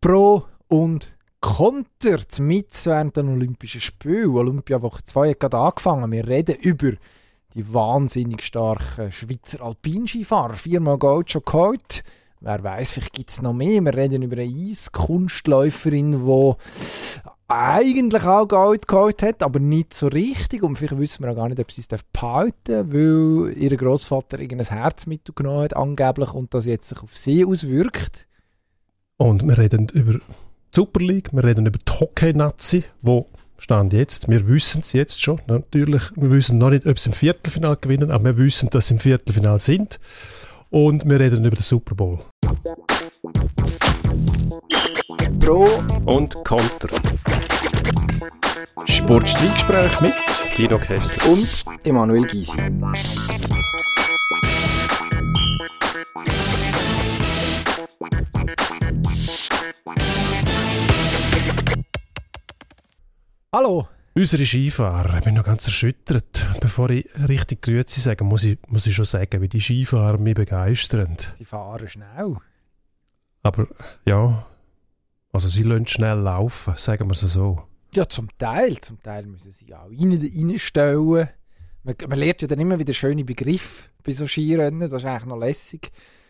Pro und Konter mit während den Olympischen Spielen. Olympiawoche 2 hat gerade angefangen. Wir reden über die wahnsinnig starken Schweizer Alpinskifahrer. 4-mal Gold schon geholt. Wer weiß, vielleicht gibt es noch mehr. Wir reden über eine Eiskunstläuferin, die eigentlich auch Gold geholt hat, aber nicht so richtig. Und vielleicht wissen wir auch gar nicht, ob sie es behalten darf, weil ihr Grossvater irgendein Herzmittel genommen hat, angeblich, und das jetzt sich auf sie auswirkt. Und wir reden über die Super League, wir reden über die Hockey-Nazi, wo stand jetzt, wir wissen es jetzt schon, natürlich, wir wissen noch nicht, ob sie im Viertelfinale gewinnen, aber wir wissen, dass sie im Viertelfinale sind. Und wir reden über den Super Bowl. Pro und Konter. Sportstreitgespräch mit Dino Kessler und Emanuel Gysi. Hallo. Unsere Skifahrer, ich bin noch ganz erschüttert. Bevor ich richtig grüezi sage, muss ich schon sagen, wie die Skifahrer mich begeistern. Sie fahren schnell. Aber ja, also sie lassen schnell laufen, sagen wir es so. Ja, zum Teil müssen sie auch reinstellen. Man lernt ja dann immer wieder schöne Begriffe bei so Skirennen, das ist eigentlich noch lässig.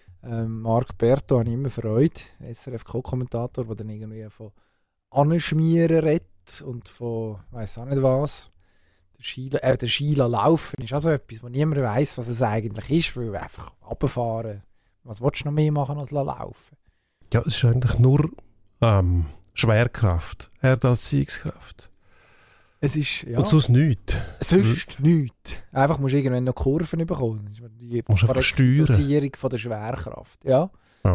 Marc Berto habe ich immer Freude, SRF-Co-Kommentator, der dann irgendwie von Anschmieren redet und von, weiss auch nicht was. Der Skila laufen ist auch so etwas, wo niemand weiss, was es eigentlich ist, weil wir einfach runterfahren. Was willst du noch mehr machen als laufen? Ja, es ist eigentlich nur Schwerkraft, Erdanziehungskraft. Es ist, ja. Und sonst nichts. Sonst nichts. Einfach musst du irgendwann noch Kurven bekommen. Die Dosierung von der Schwerkraft. Ja.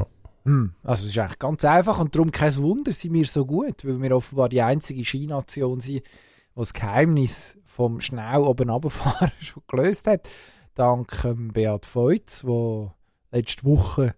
Also es ist eigentlich ganz einfach und darum kein Wunder, sind wir so gut, weil wir offenbar die einzige Ski-Nation sind, die das Geheimnis vom schnell oben runterfahren schon gelöst hat. Dank Beat Feutz, der letzte Woche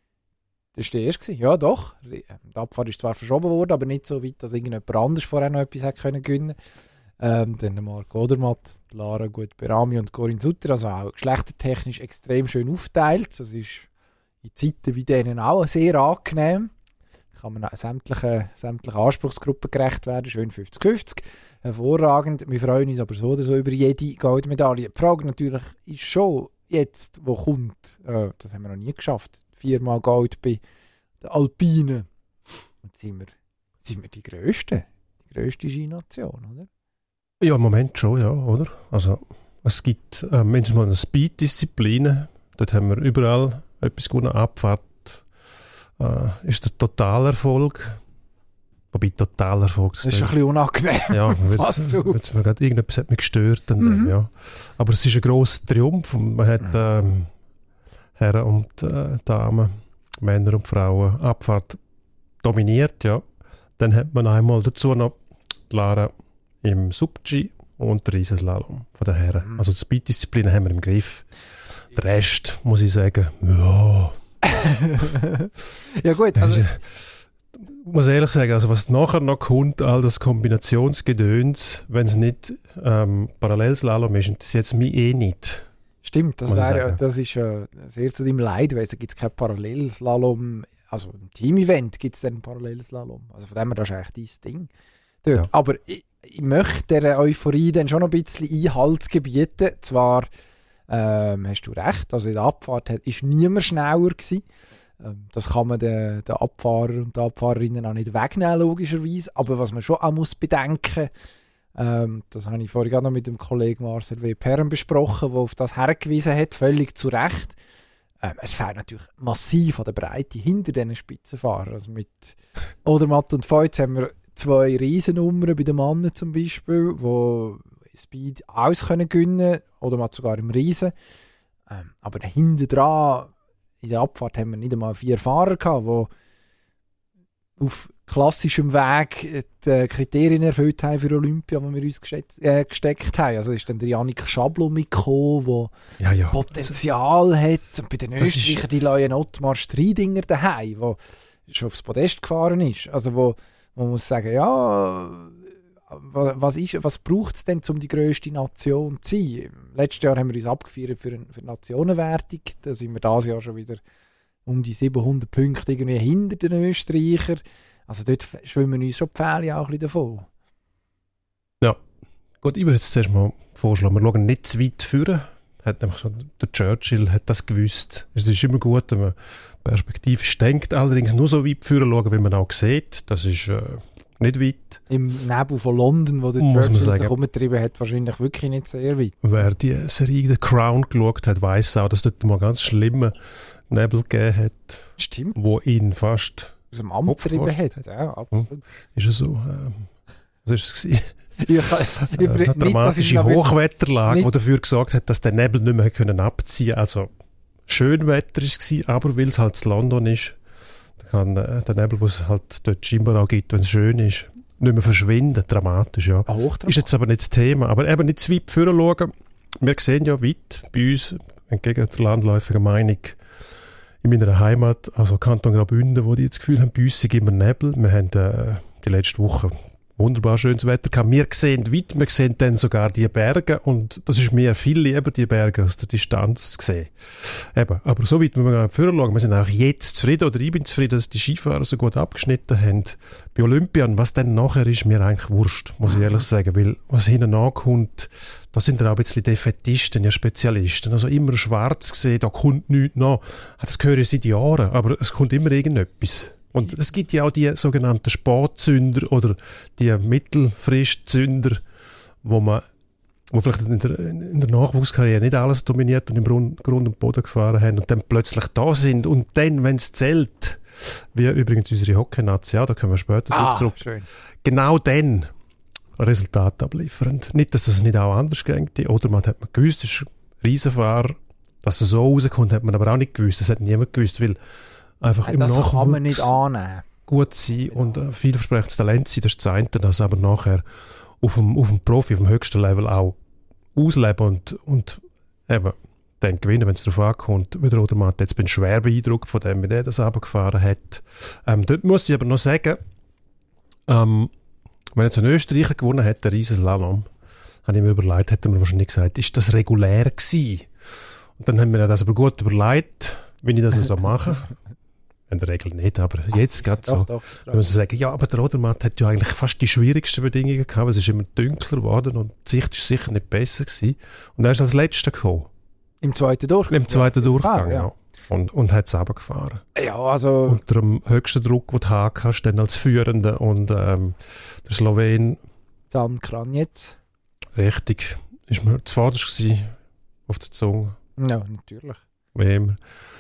das war der erste. Ja, doch. Die Abfahrt ist zwar verschoben worden, aber nicht so weit, dass irgendjemand anders vorher noch etwas hätte gewinnen können. Dann der Marc Odermatt, Lara Gut-Berami und Corinne Sutter, also auch geschlechtertechnisch extrem schön aufgeteilt. Das ist in Zeiten wie denen auch sehr angenehm. Da kann man sämtlichen Anspruchsgruppen gerecht werden. Schön 50-50. Hervorragend. Wir freuen uns aber so oder so über jede Goldmedaille. Die Frage natürlich ist schon jetzt, wo kommt, das haben wir noch nie geschafft, 4-mal Gold bei den Alpinen. Und sind wir die grösste Ski-Nation, oder? Ja, im Moment schon, ja, oder? Also es gibt mindestens mal eine Speed-Disziplinen. Dort haben wir überall etwas gewonnen. Abfahrt ist der Totalerfolg. Wobei Totalerfolg... Das ist schon ein bisschen unangenehm. Ja, irgendetwas hat mich gestört. Und, ja. Aber es ist ein grosser Triumph. Und man hat Herren und Damen, Männer und Frauen, Abfahrt dominiert. Ja. Dann hat man einmal dazu noch die Lara im Sub-G und den Riesenslalom von den Herren. Also die Speed-Disziplinen haben wir im Griff. Der Rest, muss ich sagen, ja. Ja gut, also... Ich muss ehrlich sagen, also was nachher noch kommt, all das Kombinationsgedöns, wenn es nicht Parallelslalom ist, das jetzt mich nicht. Stimmt, das ist sehr zu deinem Leidwesen. Gibt es kein Parallelslalom, also im Team-Event gibt es dann einen Parallelslalom. Also von dem her, das ist eigentlich dein Ding. Dort. Ja. Aber ich möchte der Euphorie dann schon noch ein bisschen Einhalt gebieten. Zwar hast du recht, also in der Abfahrt war niemand schneller gewesen. Das kann man den Abfahrer und den Abfahrerinnen auch nicht wegnehmen, logischerweise. Aber was man schon auch muss bedenken, das habe ich vorhin gerade noch mit dem Kollegen Marcel W. Perren besprochen, der auf das hergewiesen hat, völlig zu Recht. Es fehlt natürlich massiv an der Breite hinter diesen Spitzenfahrern. Also mit Odermatt und Feutz haben wir 2 Riesennummern bei den Männern zum Beispiel, die Speed aus können gewinnen, Odermatt sogar im Riesen. Aber hinten dran in der Abfahrt haben wir nicht einmal 4 Fahrer gehabt, die auf klassischem Weg die Kriterien erfüllt haben für Olympia, die wir uns gesteckt haben. Also ist dann der Yannick Schablo mitgekommen, der Potenzial hat. Und bei den Österreichern die Leuen Ottmar Streidinger daheim, der schon aufs Podest gefahren ist. Also wo man muss sagen, ja, was braucht es denn, um die grösste Nation zu sein? Letztes Jahr haben wir uns abgefeiert für die Nationenwertung. Da sind wir dieses Jahr schon wieder um die 700 Punkte irgendwie hinter den Österreichern. Also dort schwimmen uns schon die Pfähle auch ein bisschen davon. Ja, gut, ich würde jetzt zuerst mal vorschlagen, wir schauen nicht zu weit führen. Hat nämlich schon, der Churchill hat das gewusst. Es ist immer gut, wenn man perspektivisch denkt, allerdings nur so weit führen schauen, wie man auch sieht. Das ist nicht weit. Im Nebel von London, wo der Churchill sich umgetrieben hat, wahrscheinlich wirklich nicht sehr weit. Wer die Serie The Crown geschaut hat, weiss auch, dass dort mal ganz schlimme Nebel gegeben hat. Stimmt. Wo ihn fast aus dem Amt getrieben hat. Ja, absolut. Ist es so? Was war es? Eine dramatische Hochwetterlage, die dafür gesorgt hat, dass der Nebel nicht mehr abziehen konnte. Also Schönwetter war es, aber weil es halt in London ist, kann der Nebel, den es halt dort scheinbar auch gibt, wenn es schön ist, nicht mehr verschwinden. Dramatisch, ja. Ist jetzt aber nicht das Thema. Aber eben nicht zu weit vorne schauen. Wir sehen ja weit bei uns, entgegen der landläufigen Meinung, in meiner Heimat, also Kanton Graubünden, wo die jetzt das Gefühl haben, bei uns ist immer Nebel. Wir haben die letzte Woche wunderbar schönes Wetter gehabt. Wir sehen weit, wir sehen dann sogar die Berge und das ist mir viel lieber, die Berge aus der Distanz zu sehen. Eben, aber so weit müssen wir vorher schauen. Wir sind auch jetzt zufrieden, oder ich bin zufrieden, dass die Skifahrer so gut abgeschnitten haben bei Olympia. Und was dann nachher ist, mir eigentlich wurscht, muss ich ehrlich sagen, weil was hinten ankommt, da sind dann auch ein bisschen Defätisten, ja Spezialisten. Also immer schwarz gesehen, da kommt nichts nach. Das höre ich seit Jahren, aber es kommt immer irgendetwas. Und es gibt ja auch die sogenannten Spätzünder oder die Mittelfristzünder, wo vielleicht in der Nachwuchskarriere nicht alles dominiert und im Grund und Boden gefahren haben und dann plötzlich da sind und dann, wenn es zählt, wie übrigens unsere Hockey-Nazi, ja, da kommen wir später zurück, schön. Genau dann Resultate abliefern. Nicht, dass das nicht auch anders ging. Die Odermatt hat man gewusst, das ist ein Riesenfahrer. Dass er so rauskommt, hat man aber auch nicht gewusst. Das hat niemand gewusst, weil einfach im das Nachwuchs kann man nicht annehmen. Gut sein und vielversprechendes Talent sein, das ist das eine, das aber nachher auf dem Profi, auf dem höchsten Level auch ausleben und eben dann gewinnen, wenn es darauf ankommt, wie der Odermatt. Jetzt bin ich schwer beeindruckt von dem, wie der das runtergefahren hat. Dort muss ich aber noch sagen, wenn jetzt ein Österreicher gewonnen hätte, der Riesenslalom, habe ich mir überlegt, hätte man wahrscheinlich gesagt, ist das regulär gewesen? Und dann haben wir das aber gut überlegt, wie ich das so mache. In der Regel nicht, aber jetzt gerade so. Doch, wenn man sagen, ja, aber der Odermatt hat ja eigentlich fast die schwierigsten Bedingungen gehabt, es ist immer dunkler geworden und die Sicht ist sicher nicht besser gewesen. Und er ist als Letzter gekommen. Im zweiten Durchgang? Im zweiten Durchgang, ja. Und hat es runtergefahren. Ja, also... Unter dem höchsten Druck, den du haben kannst, dann als Führender. Und der Slowen... Sam Kranjec. Richtig. Ist mir zuvorderst gewesen auf der Zunge. Ja, natürlich. Wie immer.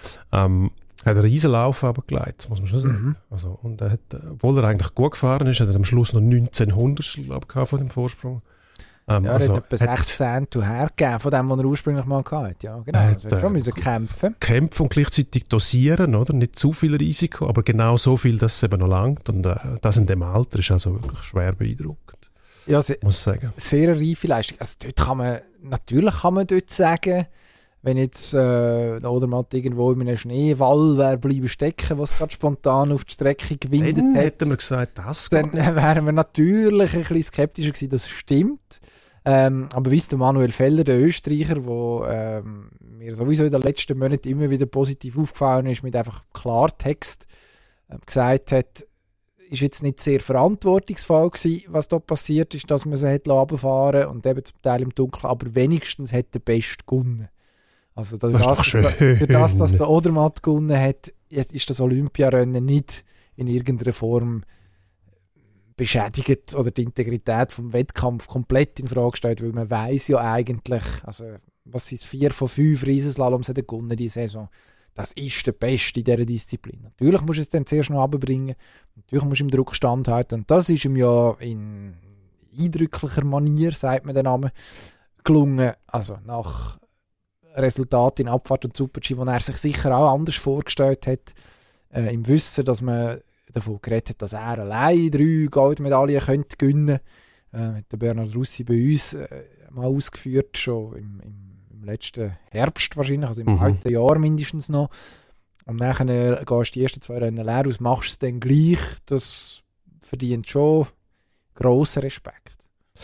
Hat einen riesen Lauf abgelegt, muss man schon sagen. Also, und er hat, obwohl er eigentlich gut gefahren ist, hat er am Schluss noch 1900 von dem Vorsprung. Ja, er hat etwa 16 hergegeben von dem, was er ursprünglich mal hatte. Ja, genau. Also er schon müssen kämpfen. Kämpfen und gleichzeitig dosieren, oder? Nicht zu viel Risiko, aber genau so viel, dass es eben noch langt. Und das in dem Alter ist also wirklich schwer beeindruckend. Ja, muss ich sagen. Sehr eine reife Leistung. Also natürlich kann man dort sagen, wenn jetzt der Odermatt irgendwo in einem Schneewall wäre bleiben stecken, was gerade spontan auf die Strecke gewindet hat, hätten wir gesagt, das dann wären wir natürlich ein bisschen skeptischer gewesen, das stimmt. Aber wie es der Manuel Feller, der Österreicher, der mir sowieso in den letzten Monaten immer wieder positiv aufgefallen ist, mit einfach Klartext gesagt hat, ist jetzt nicht sehr verantwortungsvoll gewesen, was da passiert ist, dass man sie runterfahren und eben zum Teil im Dunkeln, aber wenigstens hat der Beste gewonnen. Also dadurch, dass der Odermatt gewonnen hat, ist das Olympiarennen nicht in irgendeiner Form beschädigt oder die Integrität vom Wettkampf komplett in Frage gestellt, weil man weiss ja eigentlich, also was sind 4 von 5 Riesenslaloms hat er gewonnen diese Saison. Das ist der Beste in dieser Disziplin. Natürlich musst du es dann zuerst noch runterbringen, natürlich musst du im Druck standhalten und das ist ihm ja in eindrücklicher Manier, sagt man den Namen, gelungen. Also nach Resultat in Abfahrt und Super-G, wo er sich sicher auch anders vorgestellt hat, im Wissen, dass man davon geredet hat, dass er allein 3 Goldmedaillen könnte gewinnen könnte. Der Bernhard Russi bei uns mal ausgeführt, schon im letzten Herbst wahrscheinlich, also im alten Jahr mindestens noch. Und dann gehst du die ersten 2 Rennen leer aus, machst es dann gleich. Das verdient schon grossen Respekt.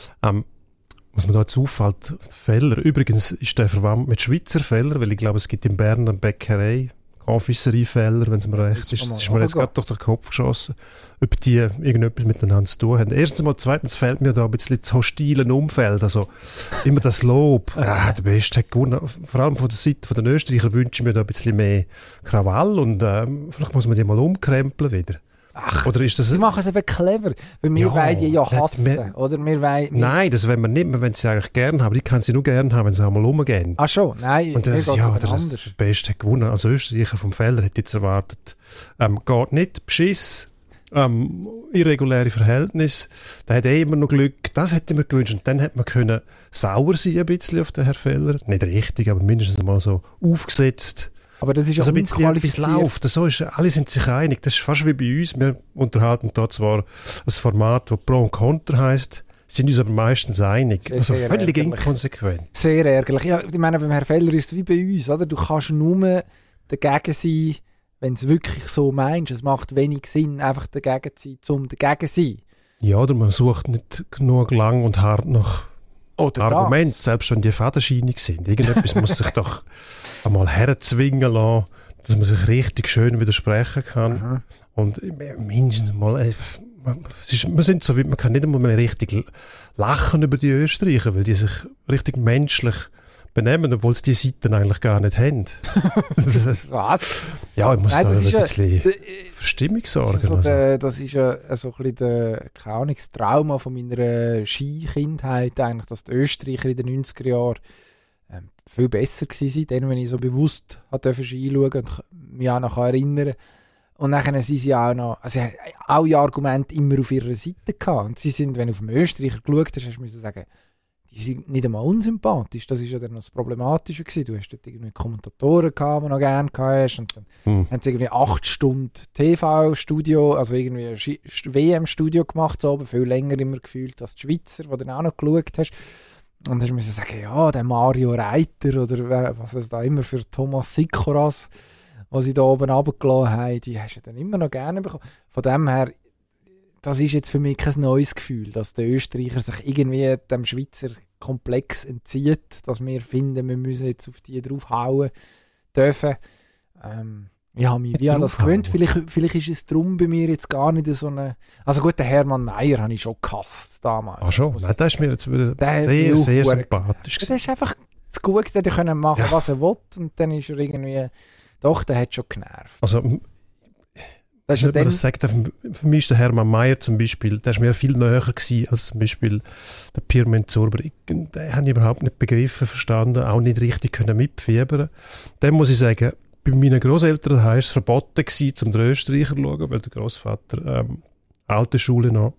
Was mir da jetzt auffällt, Feller, übrigens ist der verwandt mit Schweizer Feller, weil ich glaube, es gibt in Bern eine Bäckerei, Confiserie-Fäller, wenn es mir recht ist mir jetzt gerade durch den Kopf geschossen, ob die irgendetwas miteinander zu tun haben. Erstens mal, zweitens fällt mir da ein bisschen das hostile Umfeld, also immer das Lob, der Beste hat gewonnen. Vor allem von der Seite der Österreicher wünsche ich mir da ein bisschen mehr Krawall und vielleicht muss man die mal umkrempeln wieder. Ach, oder ist das, sie machen es eben clever, weil wir wollen die ja hassen, oder? Nein, das wollen wir nicht, wir wollen sie eigentlich gerne haben, die können sie nur gerne haben, wenn sie einmal rumgehen. Ach schon, nein, und das, der Beste hat gewonnen, also Österreicher vom Felder hätte jetzt erwartet, geht nicht, Beschiss, irreguläre Verhältnisse, der hat immer noch Glück, das hätte man gewünscht und dann hätte man können sauer sein ein bisschen auf den Herrn Feller, nicht richtig, aber mindestens mal so aufgesetzt. Aber das ist ja unqualifiziert. Läuft. So ist, alle sind sich einig. Das ist fast wie bei uns. Wir unterhalten da zwar ein Format, das Pro und Contra heisst, sind uns aber meistens einig. Also völlig inkonsequent. Sehr ärgerlich. Ja, ich meine, beim Herrn Feller ist es wie bei uns. Oder? Du kannst nur dagegen sein, wenn du es wirklich so meinst. Es macht wenig Sinn, einfach dagegen zu sein, um dagegen zu sein. Ja, oder man sucht nicht genug lang und hart nach Argument, selbst wenn die fadenscheinig sind. Irgendetwas muss sich doch einmal herzwingen lassen, dass man sich richtig schön widersprechen kann. Mhm. Und mindestens mal, man sind so weit, man kann nicht einmal mehr richtig lachen über die Österreicher, weil die sich richtig menschlich benehmen, obwohl sie die Seiten eigentlich gar nicht haben. Was? Ja, ich muss da ein bisschen Verstimmung sorgen. Das ist ja so ein bisschen das Trauma von meiner Skikindheit, eigentlich, dass die Österreicher in den 90er Jahren viel besser waren, denen, wenn ich so bewusst Ski schauen und mich auch noch erinnern. Und dann sind sie auch noch, also alle Argumente immer auf ihrer Seite gehabt. Und sie sind, wenn du auf den Österreicher geschaut hast, hast du müssen sagen, die sind nicht einmal unsympathisch. Das war ja dann noch das Problematische gewesen. Du hast dort irgendwie Kommentatoren gehabt, die noch gerne hast. Und dann haben sie irgendwie 8 Stunden TV-Studio, also irgendwie WM-Studio gemacht, so, aber viel länger immer gefühlt als die Schweizer, die dann auch noch geschaut hast. Und dann musst du sagen, ja, der Mario Reiter oder was es da immer für Thomas Sikoras, was sie da oben runtergelassen haben, die hast du dann immer noch gerne bekommen. Von dem her, das ist jetzt für mich kein neues Gefühl, dass der Österreicher sich irgendwie dem Schweizer Komplex entzieht, dass wir finden, wir müssen jetzt auf die draufhauen dürfen. Ich habe mich wie an das gewöhnt. Vielleicht ist es darum bei mir jetzt gar nicht so eine... Also gut, den Hermann Mayer habe ich schon gehasst damals. Ach schon? Nein, das ist mir jetzt wieder sehr, sehr sympathisch. Der ist einfach zu gut, der konnte machen, was er will, und dann ist er irgendwie... Doch, der hat schon genervt. Also... Das sagt, für mich ist der Hermann Mayer zum Beispiel, der ist mir viel näher gewesen als zum Beispiel der Pirmin Zurber. Den habe ich überhaupt nicht begriffen, verstanden, auch nicht richtig können mitfiebern. Dann muss ich sagen, bei meinen Grosseltern war es verboten gewesen, zum den Österreicher zu schauen, weil der Grossvater alte Schule noch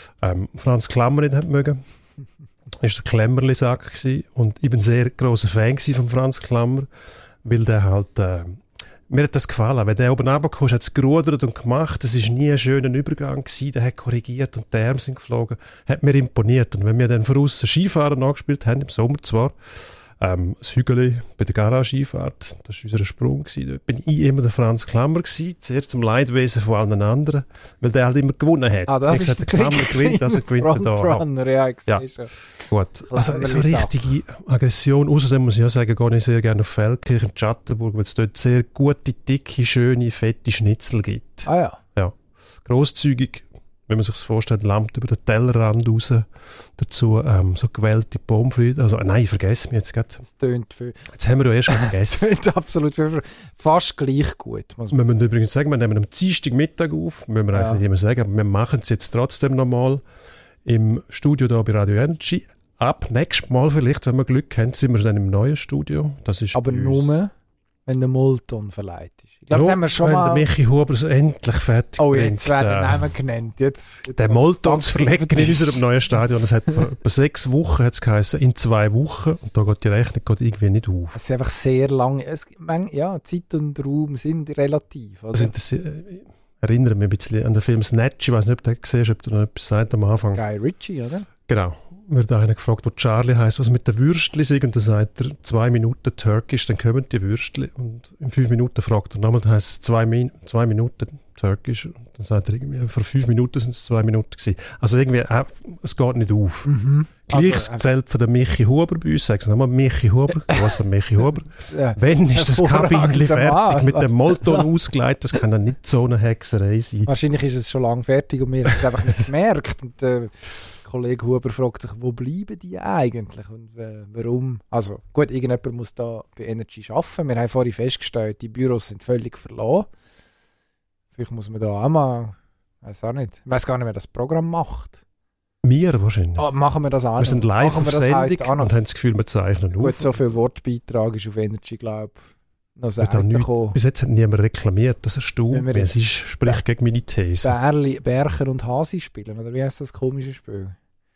Franz Klammer nicht mögen. Das war der Klemmerli-Sack gewesen. Und ich bin ein sehr grosser Fan von Franz Klammer, weil der halt... mir hat das gefallen. Wenn der oben runterkam, hat es gerudert und gemacht. Das war nie ein schöner Übergang gewesen. Der hat korrigiert und die Arme sind geflogen. Hat mir imponiert. Und wenn wir dann von aussen Skifahren nachgespielt haben, im Sommer zwar, das Hügeli bei der Garage-Skifahrt, das war unser Sprung gewesen. Dort bin ich immer der Franz Klammer gewesen. Zuerst zum Leidwesen von allen anderen, weil der halt immer gewonnen hat. Ah, das ist der Klammer gewinnt, also gewinnt er da. Frontrunner, ja, gut. Also so richtige Aggression. Außerdem muss ich ja sagen, gehe ich sehr gerne auf Feldkirch in Schattenburg, weil es dort sehr gute, dicke, schöne, fette Schnitzel gibt. Ah ja. Ja. Grosszügig, wenn man sich das vorstellt, lammt über den Tellerrand raus. Dazu so gewählte Pommes frites. Also, nein, vergessen wir jetzt gerade. Das tönt viel. Jetzt haben wir ja erst vergessen. Das tönt absolut viel. Fast gleich gut. Wir müssen übrigens sagen, wir nehmen am Dienstagmittag auf. Müssen wir eigentlich nicht immer sagen, aber wir machen es jetzt trotzdem nochmal im Studio da bei Radio Energy. Ab nächstes Mal vielleicht, wenn wir Glück haben, sind wir dann im neuen Studio. Das ist aber nur, wenn der Molton verleiht ist. Ich glaube, das haben wir schon mal... Wenn der Michi Hubers endlich fertig bringt. Oh, jetzt werden Namen genannt. Jetzt der Moltonsverleger in unserem neuen Stadion. Es hat vor 6 Wochen hat's geheißen, in 2 Wochen. Und da geht die Rechnung irgendwie nicht auf. Es ist einfach sehr lange... Ja, Zeit und Raum sind relativ. Oder? Also erinnere mich ein bisschen an den Film Snatch. Ich weiß nicht, ob du den gesehen hast, ob du noch etwas sagt am Anfang. Guy Ritchie, oder? Genau. Wird einer gefragt, wo Charlie heisst, was mit den Würstchen sind. Und dann sagt er, 2 Minuten Turkish, dann kommen die Würstchen. Und in 5 Minuten fragt er nochmal, dann heisst es 2 Minuten Turkish. Und dann sagt er irgendwie, vor 5 Minuten sind es 2 Minuten gewesen. Also irgendwie, es geht nicht auf. Gleiches Zelt von der Michi Huber bei uns. Sagst du nochmal Michi Huber? Was Michi Huber? Wenn ist das Kabinchen fertig mit dem Molton ausgelegt? Das kann ja nicht so eine Hexerei sein. Wahrscheinlich ist es schon lange fertig und wir haben es einfach nicht gemerkt. Und der Kollege Huber fragt sich, wo bleiben die eigentlich und warum? Also gut, irgendjemand muss da bei Energy arbeiten. Wir haben vorhin festgestellt, die Büros sind völlig verlassen. Vielleicht muss man da auch mal, ich weiß gar nicht, wer das Programm macht. Wir wahrscheinlich. Machen wir das auch. Wir sind live auf Sendung und haben das Gefühl, wir zeichnen auf. Gut, so viel Wortbeitrag ist auf Energy, glaube ich, noch selten gekommen. Bis jetzt hat niemand reklamiert, das erstaunt mich. Es spricht gegen meine These. Bercher und Hasi spielen, oder wie heißt das komische Spiel?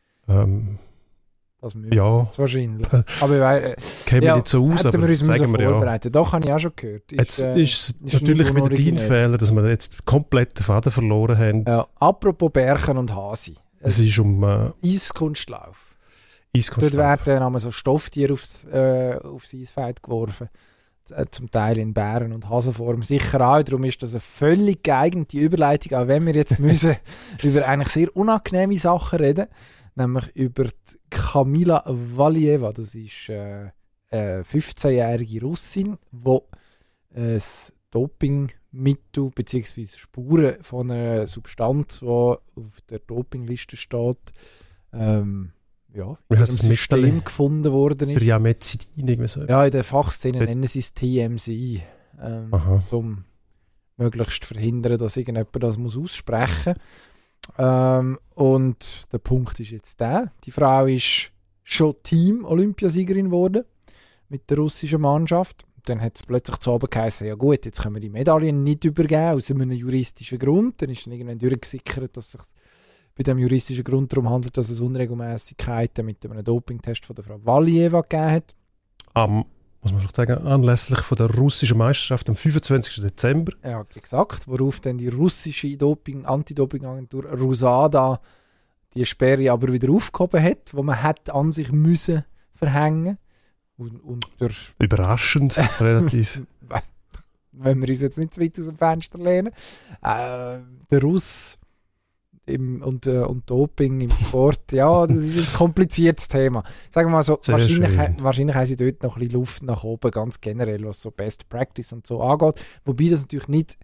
Das müssen wir jetzt wahrscheinlich. Aber kämen wir nicht so aus, aber wir uns vorbereiten. Ja. Doch, habe ich auch schon gehört. Jetzt ist natürlich wieder dein Fehler, dass wir jetzt komplett den Faden verloren haben. Ja, apropos Berchen und Hasi. Es ist um Eiskunstlauf. Dort werden so Stofftiere aufs Eisfeld geworfen. Zum Teil in Bären- und Hasenform. Sicher auch. Darum ist das eine völlig geeignete Überleitung, auch wenn wir jetzt müssen über eigentlich sehr unangenehme Sachen reden. Nämlich über die Kamila Valieva. Das ist eine 15-jährige Russin, die ein Dopingmittel bzw. Spuren von einer Substanz, die auf der Dopingliste steht, in einem System gefunden worden ist. Triamezidin, irgendwie so. Ja, in der Fachszene nennen sie es TMC, um möglichst zu verhindern, dass irgendjemand das aussprechen muss. Und der Punkt ist jetzt der, die Frau ist schon Team-Olympiasiegerin geworden mit der russischen Mannschaft. Dann hat es plötzlich zu oben geheißen, ja gut, jetzt können wir die Medaillen nicht übergeben, aus einem juristischen Grund. Dann ist dann irgendwann durchgesickert, dass es sich bei dem juristischen Grund darum handelt, dass es Unregelmäßigkeiten mit einem Dopingtest von der Frau Valieva gegeben hat. Muss man vielleicht sagen, anlässlich von der russischen Meisterschaft am 25. Dezember. Ja, exakt. Worauf dann die russische Antidopingagentur RUSADA die Sperre aber wieder aufgehoben hat, wo man hätte an sich müssen verhängen. Und überraschend, relativ. Wenn wir uns jetzt nicht zu weit aus dem Fenster lehnen. Der Russ und Doping im Sport, ja, das ist ein kompliziertes Thema. Sagen wir mal so, wahrscheinlich haben sie dort noch ein bisschen Luft nach oben, ganz generell, was so Best Practice und so angeht. Wobei das natürlich nicht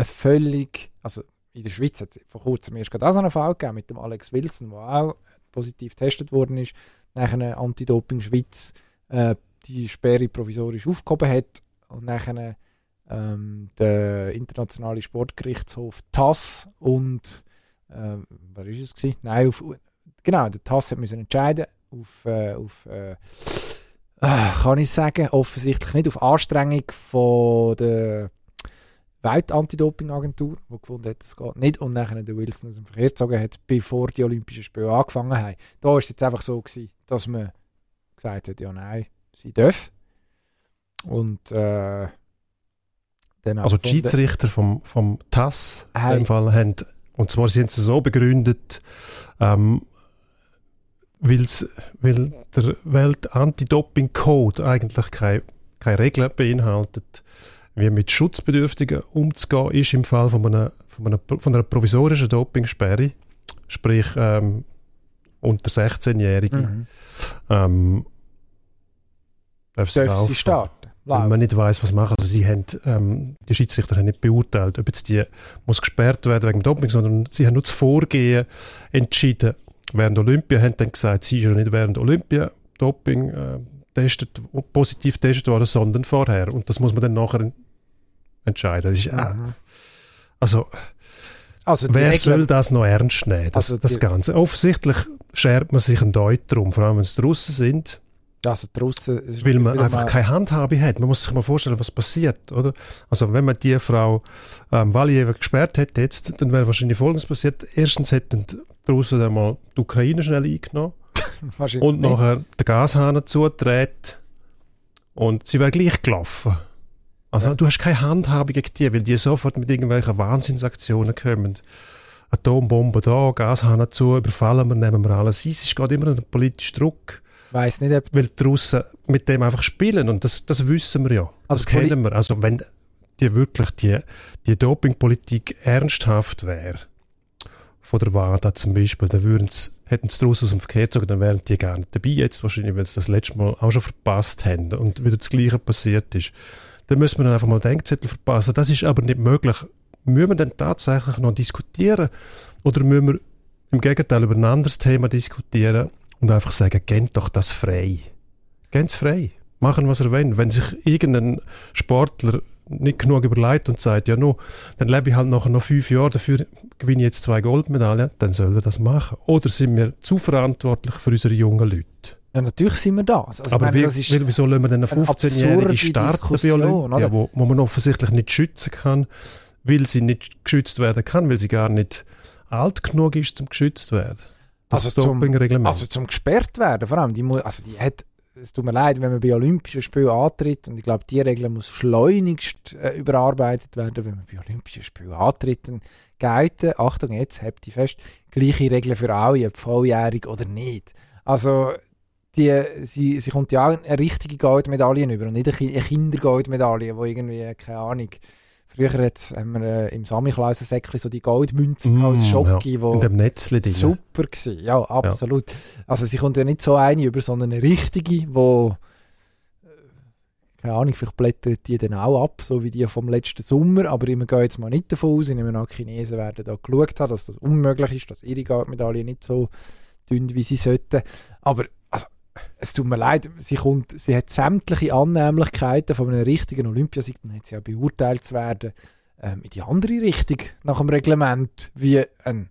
also in der Schweiz hat es vor kurzem erst gerade auch so einen Fall gegeben mit dem Alex Wilson, der auch positiv getestet worden ist, nachher Anti-Doping Schweiz die Sperre provisorisch aufgehoben hat und nachher der internationale Sportgerichtshof TAS und wer ist es gewesen? Nein, der TAS müssen entscheiden kann ich sagen, offensichtlich nicht auf Anstrengung von der Welt-Antidoping-Agentur, die gefunden hat, das geht nicht, und nachher der Wilson aus dem Verkehr gezogen hat, bevor die Olympischen Spiele angefangen haben. Da war es jetzt einfach so gewesen, dass man gesagt hat, ja nein, sie dürfen. Und dann also die Schiedsrichter vom TAS in dem Fall haben, und zwar sind sie so begründet, weil der Welt-Anti-Doping-Code eigentlich keine Regeln beinhaltet, wie mit Schutzbedürftigen umzugehen ist im Fall von einer provisorischen Dopingsperre, sprich unter 16-Jährigen. Dürfen sie starten? Weil man nicht weiss, was machen. Also die Schiedsrichter haben nicht beurteilt, ob jetzt die muss gesperrt werden wegen Doping, sondern sie haben nur das Vorgehen entschieden. Während Olympia haben dann gesagt, sie ist ja nicht während Olympia Doping positiv getestet worden, sondern vorher. Und das muss man dann nachher entscheiden. Das ist, also wer soll das noch ernst nehmen, das Ganze? Offensichtlich schert man sich ein Deut drum, vor allem wenn es die Russen sind. Also die Russen, weil man einfach keine Handhabe hat. Man muss sich mal vorstellen, was passiert, oder? Also wenn man die Frau Valieva gesperrt hätte jetzt, dann wäre wahrscheinlich Folgendes passiert. Erstens hätten die Russen einmal die Ukraine schnell eingenommen und nachher den Gashahn zugedreht und sie wäre gleich gelaufen. Also du hast keine Handhabe gegen die, weil die sofort mit irgendwelchen Wahnsinnsaktionen kommen. Atombombe da, Gashahn zu, überfallen wir, nehmen wir alles. Es geht immer ein politischer Druck. Weiss nicht, weil die Russen mit dem einfach spielen und das wissen wir ja. Das kennen wir. Also wenn die wirklich die Dopingpolitik ernsthaft wäre, von der WADA zum Beispiel, dann hätten sie daraus aus dem Verkehr gezogen, dann wären die gar nicht dabei jetzt wahrscheinlich, weil sie das letzte Mal auch schon verpasst haben und wieder das Gleiche passiert ist. Dann müssen wir dann einfach mal Denkzettel verpassen. Das ist aber nicht möglich. Müssen wir dann tatsächlich noch diskutieren oder müssen wir im Gegenteil über ein anderes Thema diskutieren und einfach sagen, gebt doch das frei. Gebt es frei. Machen, was ihr wollt. Wenn sich irgendein Sportler nicht genug überlegt und sagt, ja, no, dann lebe ich halt nachher noch 5 Jahre, dafür gewinne ich jetzt 2 Goldmedaillen, dann soll er das machen. Oder sind wir zu verantwortlich für unsere jungen Leute? Ja, natürlich sind wir das. Also, aber wieso lassen wir dann eine 15-Jährige starten bei Olympia, wo man offensichtlich nicht schützen kann, weil sie nicht geschützt werden kann, weil sie gar nicht alt genug ist, zum geschützt werden? Das Dopingreglement. Also zum gesperrt werden, vor allem. Es tut mir leid, wenn man bei Olympischen Spielen antritt, und ich glaube, die Regel muss schleunigst überarbeitet werden, wenn man bei Olympischen Spielen antritt, dann gelten, Achtung, jetzt habt ihr fest, gleiche Regeln für alle, ob volljährig oder nicht. Also sie kommt ja auch eine richtige Goldmedaille über und nicht eine Kindergoldmedaille, wo irgendwie, keine Ahnung, früher haben wir im Samichlausensäckchen so die Goldmünzen als Schocki, wo in dem Netzli drin. Super war. Ja, absolut. Ja. Also sie kommt ja nicht so eine über, sondern eine richtige, wo keine Ahnung, vielleicht blättert die dann auch ab, so wie die vom letzten Sommer, aber ich gehe jetzt mal nicht davon aus, ich nehme an, die Chinesen werden da geschaut haben, dass das unmöglich ist, dass ihre Goldmedaille nicht so dünn, wie sie sollten. Aber es tut mir leid, sie hat sämtliche Annehmlichkeiten von einem richtigen Olympiasieg, dann hat sie ja beurteilt zu werden, in die andere Richtung nach dem Reglement, wie ein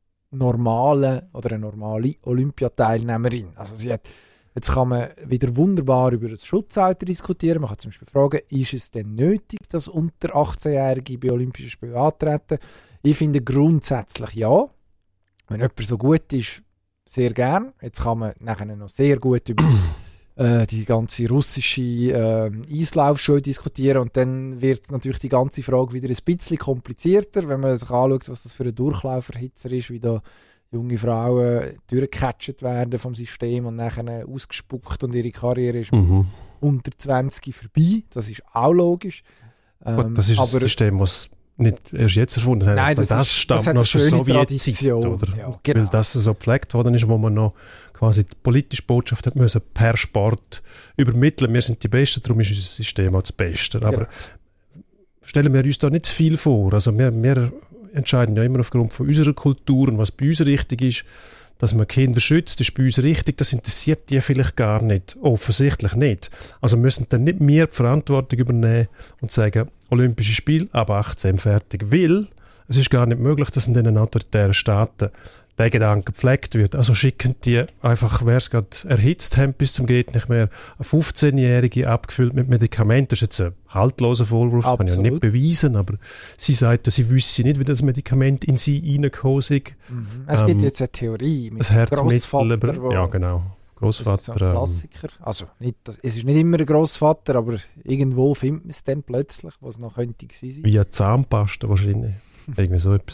normaler oder eine normale Olympiateilnehmerin. Also jetzt kann man wieder wunderbar über das Schutzalter diskutieren. Man kann zum Beispiel fragen, ist es denn nötig, dass unter 18-Jährige bei Olympischen Spielen antreten? Ich finde grundsätzlich ja. Wenn jemand so gut ist, sehr gern. Jetzt kann man nachher noch sehr gut über die ganze russische Eislaufschule diskutieren und dann wird natürlich die ganze Frage wieder ein bisschen komplizierter, wenn man sich anschaut, was das für ein Durchlauferhitzer ist, wie da junge Frauen durchgecatcht werden vom System und nachher ausgespuckt und ihre Karriere ist unter 20 vorbei. Das ist auch logisch. Das ist aber ein System, das nicht erst jetzt erfunden haben. Nein, das stammt noch aus der Sowjetzeit, oder? Ja, genau. Weil das so gepflegt worden ist, wo man noch quasi die politische Botschaft hat müssen per Sport übermitteln. Wir sind die Besten, darum ist unser System auch das Beste. Aber genau. Stellen wir uns da nicht zu viel vor. Also wir entscheiden ja immer aufgrund von unserer Kultur und was bei uns richtig ist. Dass man Kinder schützt, ist bei uns richtig. Das interessiert die vielleicht gar nicht. Offensichtlich nicht. Also müssen dann nicht wir die Verantwortung übernehmen und sagen, Olympische Spiele ab 18 fertig. Weil es ist gar nicht möglich, dass in diesen autoritären Staaten der Gedanke gepflegt wird. Also schicken die einfach, wer es gerade erhitzt haben, bis zum geht nicht mehr, eine 15-Jährige abgefüllt mit Medikamenten. Das ist jetzt ein haltloser Vorwurf, kann ich ja nicht beweisen, aber sie sagt, sie wüsste nicht, wie das Medikament in sie reingekommen ist. Es gibt jetzt eine Theorie mit Grossvater. Ja, genau. Grossvater. Das ist so ein Klassiker. Also, es ist nicht immer ein Grossvater, aber irgendwo findet man es dann plötzlich, was noch könnte gewesen sein. Wie eine Zahnpasta wahrscheinlich. Irgendwie so etwas.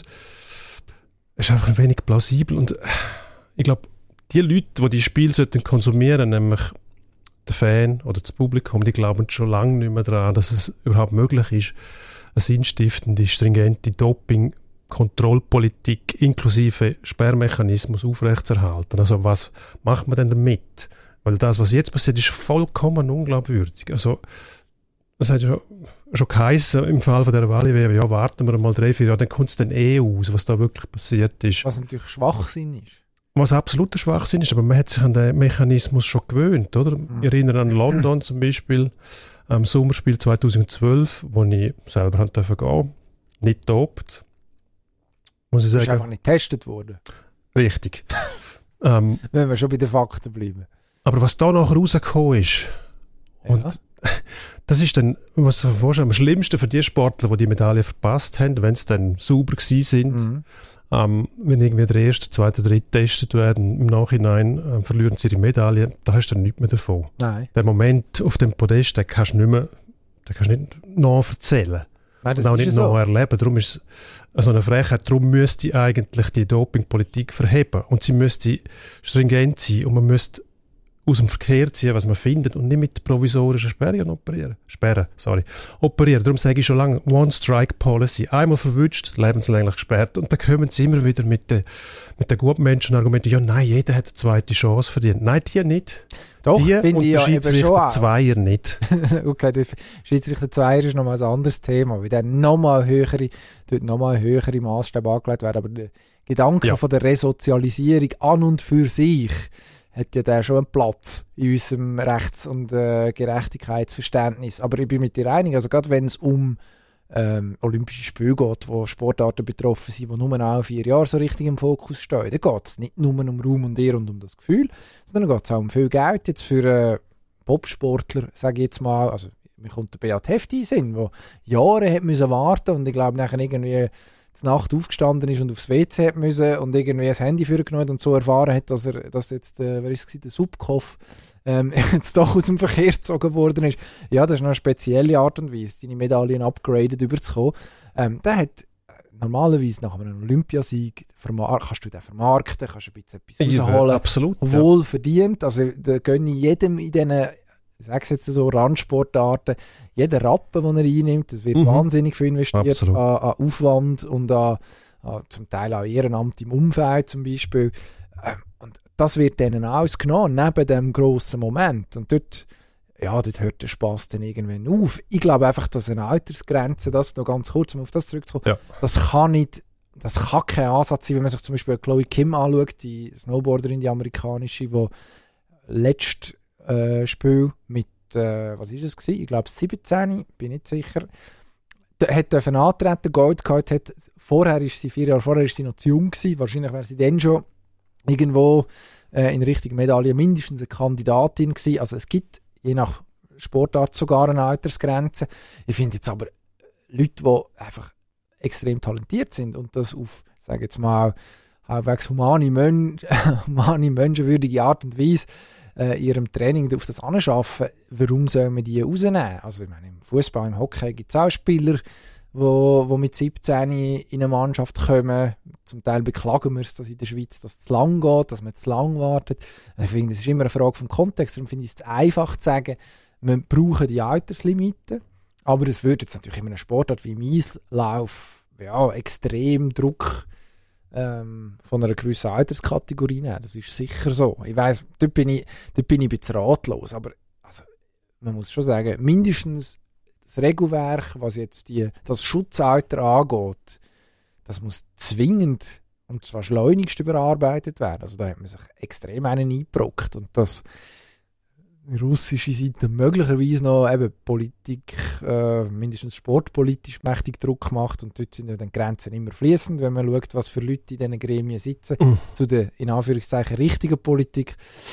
Es ist einfach ein wenig plausibel und ich glaube, die Leute, die Spiele konsumieren sollten, nämlich der Fan oder das Publikum, die glauben schon lange nicht mehr daran, dass es überhaupt möglich ist, eine sinnstiftende, stringente Doping-Kontrollpolitik inklusive Sperrmechanismus aufrechtzuerhalten. Also was macht man denn damit? Weil das, was jetzt passiert, ist vollkommen unglaubwürdig. Also es hat ja schon geheißen, im Fall von der Wahl, ja, warten wir mal 3-4 Jahre, dann kommt es dann aus, was da wirklich passiert ist. Was natürlich Schwachsinn ist. Was absoluter Schwachsinn ist, aber man hat sich an den Mechanismus schon gewöhnt, oder? Ich erinnere an London zum Beispiel, am Sommerspiel 2012, wo ich selber gehen durfte, nicht dopt, muss ich sagen. Du bist einfach nicht getestet worden. Richtig. Wenn wir schon bei den Fakten bleiben. Aber was da nachher rausgekommen ist, und das ist dann, was ich mir vorstelle, am schlimmsten für die Sportler, die die Medaille verpasst haben, wenn sie dann sauber gewesen sind. Wenn irgendwie der erste, zweite, dritte getestet werden, im Nachhinein verlieren sie ihre Medaille, da hast du dann nichts mehr davon. Nein. Der Moment auf dem Podest, den kannst du nicht noch erzählen. Nein, das und auch ist nicht so. noch erleben. Darum ist es so eine Frechheit. Darum müsste eigentlich die Dopingpolitik verheben. Und sie müsste stringent sein. Und man müsste aus dem Verkehr ziehen, was man findet und nicht mit provisorischen Sperren operieren. Darum sage ich schon lange, One-Strike-Policy. Einmal verwünscht, lebenslänglich gesperrt. Und dann kommen sie immer wieder mit den Gutmenschen Argumenten, ja nein, jeder hat eine zweite Chance verdient. Nein, die nicht. Doch, die finde und ich der ja eben Schiedsrichter schon Zweier nicht. Okay, der Schiedsrichter Zweier ist nochmal ein anderes Thema, weil dann nochmal höhere Maßstäbe angelegt werden. Aber der Gedanke von der Resozialisierung an und für sich hat ja der schon einen Platz in unserem Rechts- und Gerechtigkeitsverständnis. Aber ich bin mit dir einig, also gerade wenn es um Olympische Spiele geht, wo Sportarten betroffen sind, die nur auch 4 Jahre so richtig im Fokus stehen, dann geht es nicht nur um Raum und Ehre und um das Gefühl, sondern geht es auch um viel Geld. Jetzt für Bobsportler, sage ich jetzt mal, also mir kommt der Beat Hefti in den Sinn, der Jahre hat müssen warten und ich glaube nachher irgendwie zur Nacht aufgestanden ist und aufs WC hat müssen und irgendwie das Handy vorgenommen und so erfahren hat, dass jetzt der Subkoff jetzt doch aus dem Verkehr gezogen worden ist. Ja, das ist noch eine spezielle Art und Weise, deine Medaillen upgraded überzukommen. Der hat normalerweise nach einem Olympiasieg kannst du den vermarkten, kannst ein bisschen etwas rausholen. Absolut. Wohl verdient. Also da gönne ich jedem in diesen, ich sage es jetzt so, Randsportarten, jeder Rappen, den er einnimmt, das wird wahnsinnig viel investiert an Aufwand und an zum Teil auch Ehrenamt im Umfeld zum Beispiel. Und das wird denen ausgenommen, neben dem grossen Moment. Und dort hört der Spass dann irgendwann auf. Ich glaube einfach, dass eine Altersgrenze, das noch ganz kurz, um auf das zurückzukommen, das kann kein Ansatz sein, wenn man sich zum Beispiel Chloe Kim anschaut, die Snowboarderin, die amerikanische, die letztes Spiel mit, was ist es gewesen? Ich glaube 17, bin nicht sicher, hat antreten, Gold gehabt, 4 Jahre vorher ist sie noch zu jung gewesen, wahrscheinlich wäre sie dann schon irgendwo in Richtung Medaille mindestens eine Kandidatin gewesen. Also es gibt je nach Sportart sogar eine Altersgrenze. Ich finde jetzt aber Leute, die einfach extrem talentiert sind und das auf, sage jetzt mal, halbwegs humane menschenwürdige Art und Weise ihrem Training auf das anschaffen, warum sollen wir die rausnehmen? Also ich meine, im Fußball, im Hockey gibt es auch Spieler, die mit 17 in eine Mannschaft kommen. Zum Teil beklagen wir es, dass in der Schweiz das zu lang geht, dass man zu lang wartet. Ich finde, es ist immer eine Frage vom Kontext. Darum finde ich es einfach zu sagen, wir brauchen die Alterslimite. Aber es würde jetzt natürlich in einer Sportart wie im Eislauf extrem Druck von einer gewissen Alterskategorie nehmen. Das ist sicher so. Ich weiss, dort bin ich ein bisschen ratlos. Aber also, man muss schon sagen, mindestens das Regelwerk, was jetzt das Schutzalter angeht, das muss zwingend und zwar schleunigst überarbeitet werden. Also da hat man sich extrem einen eingebrockt und das russische Seite möglicherweise noch eben Politik, mindestens sportpolitisch mächtig Druck macht und dort sind ja dann Grenzen immer fließend, wenn man schaut, was für Leute in diesen Gremien sitzen, zu der in Anführungszeichen richtigen Politik.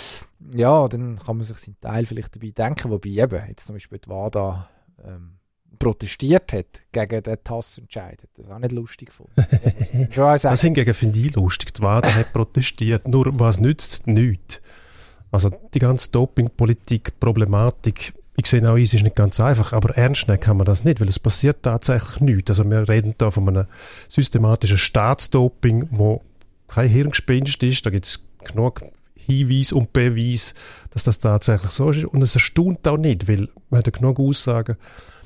Ja, dann kann man sich seinen Teil vielleicht dabei denken, wobei eben jetzt zum Beispiel die WADA protestiert hat gegen den TAS-Entscheid. Das ist auch nicht lustig gefunden. Das hingegen finde ich lustig. Die WADA hat protestiert. Nur was nützt es? Nichts. Also die ganze Doping-Politik-Problematik, ich sehe auch, es ist nicht ganz einfach, aber ernst nehmen kann man das nicht, weil es passiert tatsächlich nichts. Also wir reden da von einem systematischen Staatsdoping, wo kein Hirngespinst ist. Da gibt es genug Hinweise und Beweise, dass das tatsächlich so ist. Und es erstaunt auch nicht, weil man hat ja genug Aussagen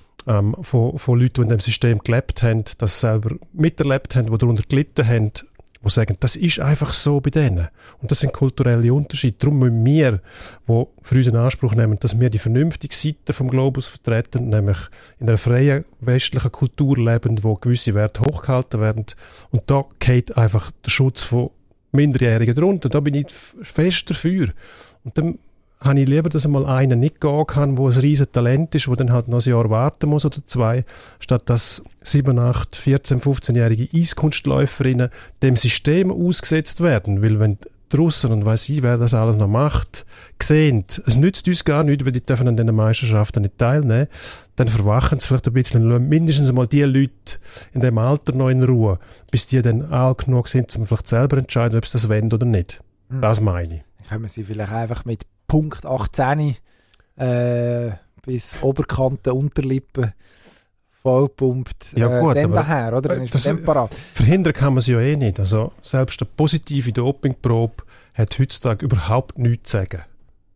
von Leuten, die in dem System gelebt haben, das selber miterlebt haben, die darunter gelitten haben, die sagen, das ist einfach so bei denen. Und das sind kulturelle Unterschiede. Darum müssen wir, die für uns in Anspruch nehmen, dass wir die vernünftige Seite vom Globus vertreten, nämlich in einer freien westlichen Kultur lebend, wo gewisse Werte hochgehalten werden. Und da geht einfach der Schutz von Minderjährigen drunter. Da bin ich fest dafür. Und dann habe ich lieber, dass einmal einer nicht gehen kann, der ein riesen Talent ist, der dann halt noch ein Jahr warten muss oder 2, statt dass 7, 8, 14, 15-jährige Eiskunstläuferinnen dem System ausgesetzt werden. Weil wenn die Russen und weiss ich, wer das alles noch macht, sehen, es nützt uns gar nichts, weil die dürfen an diesen Meisterschaften nicht teilnehmen, dann verwachen sie vielleicht ein bisschen und mindestens einmal die Leute in dem Alter noch in Ruhe, bis die dann alt genug sind, um vielleicht selber entscheiden, ob sie das wollen oder nicht. Das meine ich. Dann können wir sie vielleicht einfach mit Punkt 18 bis Oberkante, Unterlippe vollpumpt, ja, gut, dann daher, oder? Dann ist das parat. Verhindern kann man es ja eh nicht. Also selbst eine positive Dopingprobe hat heutzutage überhaupt nichts zu sagen.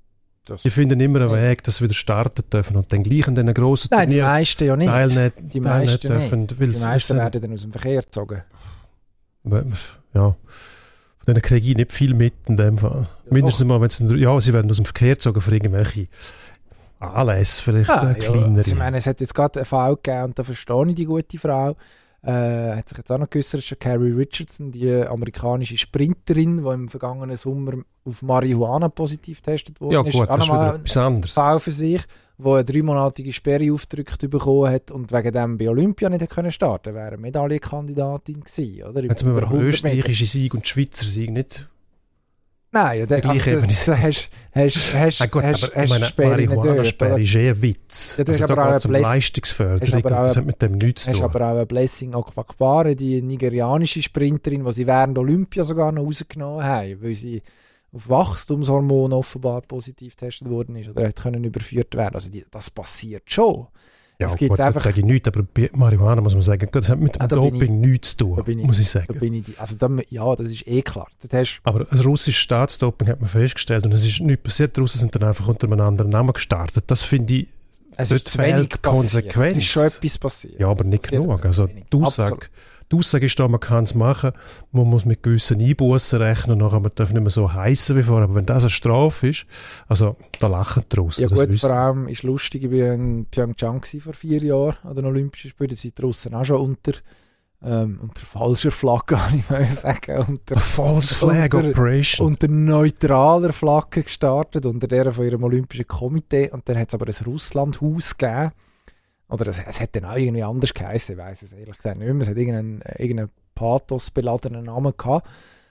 Die finden immer einen Weg, dass sie wieder starten dürfen und dann gleich in diesen grossen Turnieren. Nein, die meisten ja nicht. Die meisten dürfen, nicht. Die meisten werden dann aus dem Verkehr gezogen. Ja. Von denen kriege ich nicht viel mit in dem Fall. Ja, mindestens mal, wenn sie werden aus dem Verkehr gezogen für irgendwelche Anlässe, vielleicht kleinere. Also ich meine, es hat jetzt gerade einen Fall gegeben, und da verstehe ich die gute Frau, hat sich jetzt auch noch geäussert, Carrie Richardson, die amerikanische Sprinterin, die im vergangenen Sommer auf Marihuana positiv getestet wurde. Ja gut, das ist wieder etwas anderes. Fall für sich, die eine 3-monatige Sperre aufgedrückt bekommen hat und wegen dem bei Olympia nicht können starten, wäre eine Medaillenkandidatin gewesen. Oder? Jetzt haben wir den österreichischen Sieg und den Schweizer Sieg nicht. Nein, ja, hast Marihuana-Sperre ist ein Witz. Ja, also da geht es um Leistungsförderung, das hat mit dem nichts zu tun. Hast aber auch eine Blessing Akpakpare, die nigerianische Sprinterin, die sie während Olympia sogar noch rausgenommen haben, weil sie auf Wachstumshormone offenbar positiv getestet worden ist oder hat können überführt werden. Also das passiert schon. Ja, es gibt einfach, das sage ich nichts, aber bei Marihuana muss man sagen, das hat mit dem Doping nichts zu tun, muss ich sagen. Das ist eh klar. Aber ein russisches Staatsdoping hat man festgestellt und es ist nichts passiert. Die Russen sind dann einfach unter einem anderen Namen gestartet. Das finde ich, es ist zu wenig Konsequenz. Es ist schon etwas passiert. Ja, aber nicht genug. Also die Aussage ist da, man kann es machen, man muss mit gewissen Einbußen rechnen, nachher man darf nicht mehr so heissen wie vorher. Aber wenn das eine Strafe ist, also da lachen die Russen. Ja gut, vor allem ist lustig, ich war in Pyeongchang vor 4 Jahren an den Olympischen Spielen, da sind die Russen auch schon unter falscher Flagge, kann ich mal sagen. Unter False Flag Operation. Unter neutraler Flagge gestartet, unter der von ihrem Olympischen Komitee. Und dann hat es aber ein Russlandhaus gegeben. Oder es hat dann auch irgendwie anders geheißen, ich weiss es ehrlich gesagt nicht mehr. Es hat irgendeinen pathosbeladenen Namen gehabt.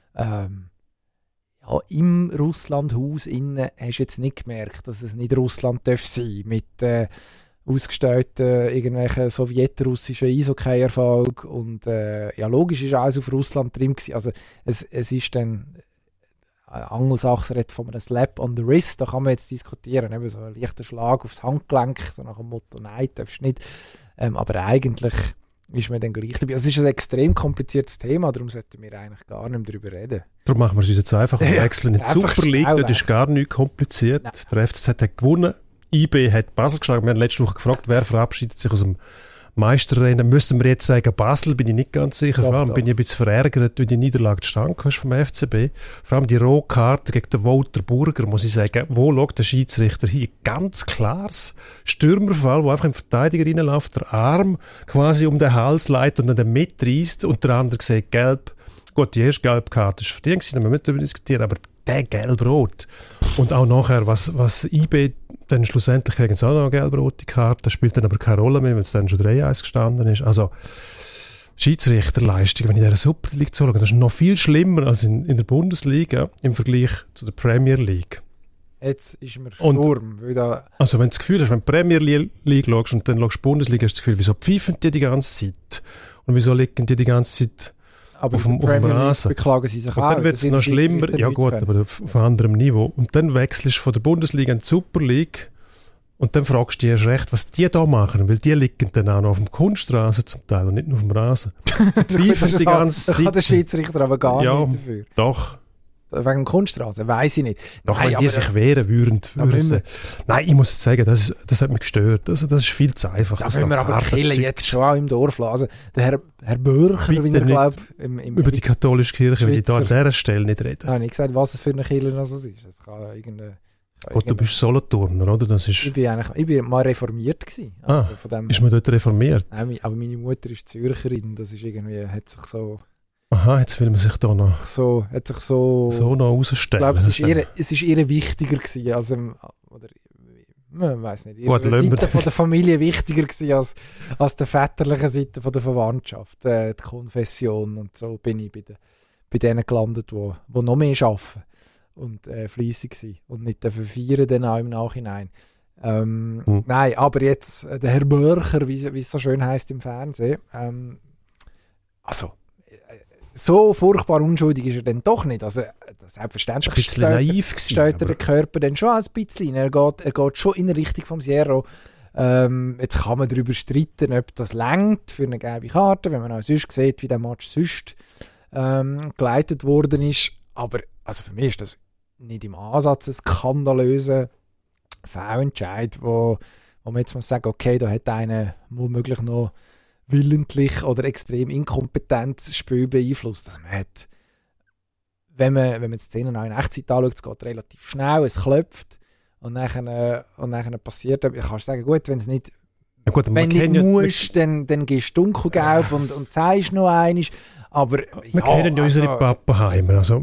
Im Russlandhaus innen hast du jetzt nicht gemerkt, dass es nicht Russland darf sein mit ausgestellten irgendwelchen sowjetrussischen Eishockey-Erfolg. Und logisch ist alles auf Russland drin gewesen. Also es ist dann... Angelsachsen redet von einem Slap on the wrist, da kann man jetzt diskutieren, eben so ein leichter Schlag aufs Handgelenk, so nach dem Motto, nein, darfst du nicht. Aber eigentlich ist man dann gleich dabei. Also es ist ein extrem kompliziertes Thema, darum sollten wir eigentlich gar nicht mehr darüber reden. Darum machen wir es uns jetzt einfach und wechseln in die Super League, das ist gar nicht kompliziert. Nein. Der FCZ hat gewonnen, IB hat Basel geschlagen. Wir haben letzte Woche gefragt, wer verabschiedet sich aus dem Meisterrennen. Müssten wir jetzt sagen, Basel, bin ich nicht ganz sicher. Vor allem bin ich ein bisschen verärgert, weil die Niederlage zustande kam vom FCB. Vor allem die Rohkarte gegen den Walter Burger, muss ich sagen, wo schaut der Schiedsrichter hier? Ganz klares Stürmerfall, wo einfach im Verteidiger reinläuft, der Arm quasi um den Hals leitet und dann mitreißt und der andere sieht gelb. Gut, die erste gelbe Karte ist verdient gewesen, da müssen wir nicht darüber diskutieren, aber der gelb-rot. Und auch nachher, was IB dann schlussendlich kriegen sie auch noch eine gelb-rote Karte, das spielt dann aber keine Rolle mehr, weil es dann schon 3-1 gestanden ist. Also Schiedsrichterleistung, wenn ich in der Super League zuschaue, das ist noch viel schlimmer als in der Bundesliga im Vergleich zu der Premier League. Jetzt ist mir Sturm. Also wenn du das Gefühl hast, wenn du Premier League schaust und dann schaust du Bundesliga, hast du das Gefühl, wieso pfeifen die ganze Zeit? Und wieso liegen die ganze Zeit aber auf dem Rasen? Beklagen sie sich und auch. Dann wird es noch schlimmer. Ja gut, aber auf anderem Niveau. Und dann wechselst du von der Bundesliga in die Super League und dann fragst du dich erst recht, was die da machen, weil die liegen dann auch noch auf dem Kunstrasen zum Teil und nicht nur auf dem Rasen. Pfeifen die ganze Zeit. Das kann der Schiedsrichter aber gar nicht dafür. Doch. Wegen dem Kunstrasen, weiss ich nicht. Doch, wenn die sich wehren würden nein, ich muss jetzt sagen, das hat mich gestört. Also, das ist viel zu einfach. Da müssen wir aber Killen jetzt schon auch im Dorf lassen. Der Herr Bürcher, wie er glaubt, über die katholische Kirche will ich da an dieser Stelle nicht reden. Nein, ich gesagt, was es für eine Kirche das ist. Das kann irgendeine... Gut, du bist Solothurner, oder? Das ist... Ich bin mal reformiert gewesen. Also ist man dort reformiert? Nein, aber meine Mutter ist Zürcherin. Das ist irgendwie, hat sich so... Aha, jetzt will man sich da noch hat sich so noch rausstellen. Ich glaube, es ist ihr wichtiger gewesen als man weiß nicht, ihre Seite von der Familie wichtiger gewesen als der väterlichen Seite von der Verwandtschaft, die Konfession, und so bin ich bei denen gelandet, wo noch mehr arbeiten und fleissig sind und nicht feiern dann auch im Nachhinein. Nein, aber jetzt der Herr Bürcher, wie es so schön heisst im Fernsehen, so furchtbar unschuldig ist er dann doch nicht. Also, selbstverständlich steht der Körper dann schon ein bisschen. Er geht schon in Richtung vom Sierra. Jetzt kann man darüber streiten, ob das reicht für eine gelbe Karte, wenn man auch sonst sieht, wie der Match sonst geleitet worden ist. Aber also für mich ist das nicht im Ansatz ein skandalöser V-Entscheid, wo man jetzt muss sagen, okay, da hat einer womöglich noch willentlich oder extrem inkompetent das Spiel beeinflusst. Also man hat, wenn man die Szenen auch in Echtzeit anschaut, es geht relativ schnell, es klopft und dann passiert, ich kann sagen, gut, wenn es nicht, ja gut, wenn du nicht musst, dann gehst du dunkelgelb und sagst noch einmal. Aber wir kennen ja unsere Pappenheimer. Also,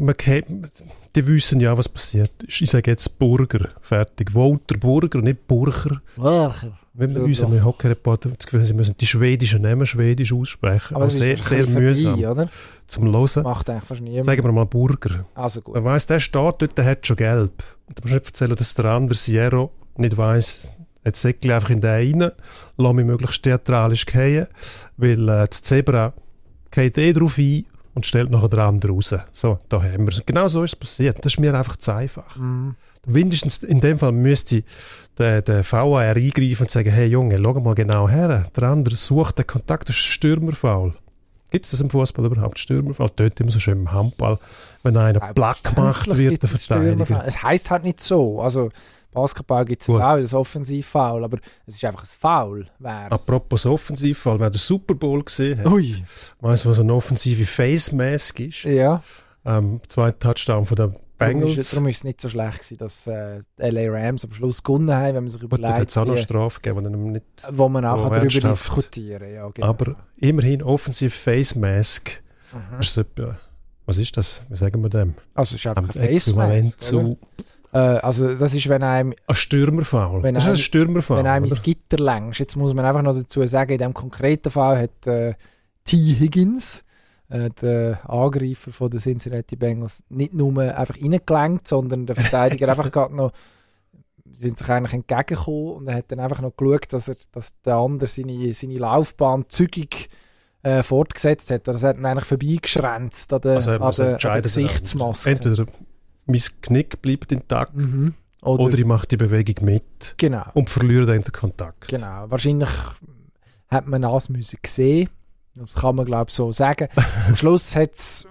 die wissen ja, was passiert. Ich sage jetzt Burger, fertig. Walter Burger, nicht Burger. Wenn wir unseren Hockey-Reporter das Gefühl haben, sie müssen die schwedischen Namen schwedisch aussprechen. Aber sehr, sehr mühsam oder? Zum Hören. Macht eigentlich fast niemand. Sagen wir mal Burger. Also gut. Man weiss, der steht dort, der hat schon gelb. Und du musst nicht erzählen, dass der andere Sierra nicht weiss, jetzt säckle einfach in den rein, lass mich möglichst theatralisch fallen, weil das Zebra geht drauf ein und stellt nachher den anderen raus. So, da haben wir es. Genau so ist es passiert. Das ist mir einfach zu einfach. Mindestens in dem Fall müsste der VAR eingreifen und sagen, hey Junge, schau mal genau her. Der andere sucht den Kontakt, das ist ein Stürmerfoul. Gibt es das im Fußball überhaupt? Stürmerfoul? Dort immer so schön im Handball, wenn einer platt gemacht wird, der Verteidiger. Es heisst halt nicht so. Also Basketball gibt es auch, das Offensivfoul, aber es ist einfach ein Foul. Apropos Offensivfoul, wer den Super Bowl gesehen hat, weiss, was eine offensive Face Mask ist. Ja. Zweiter Touchdown von der Bengals. Darum ist es nicht so schlecht gewesen, dass LA Rams am Schluss gewonnen haben, wenn man sich überlegt. Da hat es auch noch Strafe gegeben, wo man auch darüber diskutieren. Ja, genau. Aber immerhin offensive Face Mask. Ist so, was ist das? Wie sagen wir dem? Also es ist einfach ein Face Mask. Also das ist, wenn einem... Ein Stürmerfoul. Das ist ein Stürmerfoul. Wenn einem ins Gitter längst. Jetzt muss man einfach noch dazu sagen, in diesem konkreten Fall hat T. Higgins, der Angreifer von den Cincinnati Bengals, nicht nur einfach reingelenkt, sondern der Verteidiger einfach gerade noch, sind sich eigentlich entgegengekommen und er hat dann einfach noch geschaut, dass der andere seine Laufbahn zügig fortgesetzt hat. Also er hat ihn eigentlich vorbeigeschränzt an der Gesichtsmaske. Entweder mein Knick bleibt intakt oder ich mache die Bewegung mit und verliere dann den Kontakt. Genau, wahrscheinlich hat man das gesehen. Das kann man, glaube ich, so sagen. Am Schluss hat es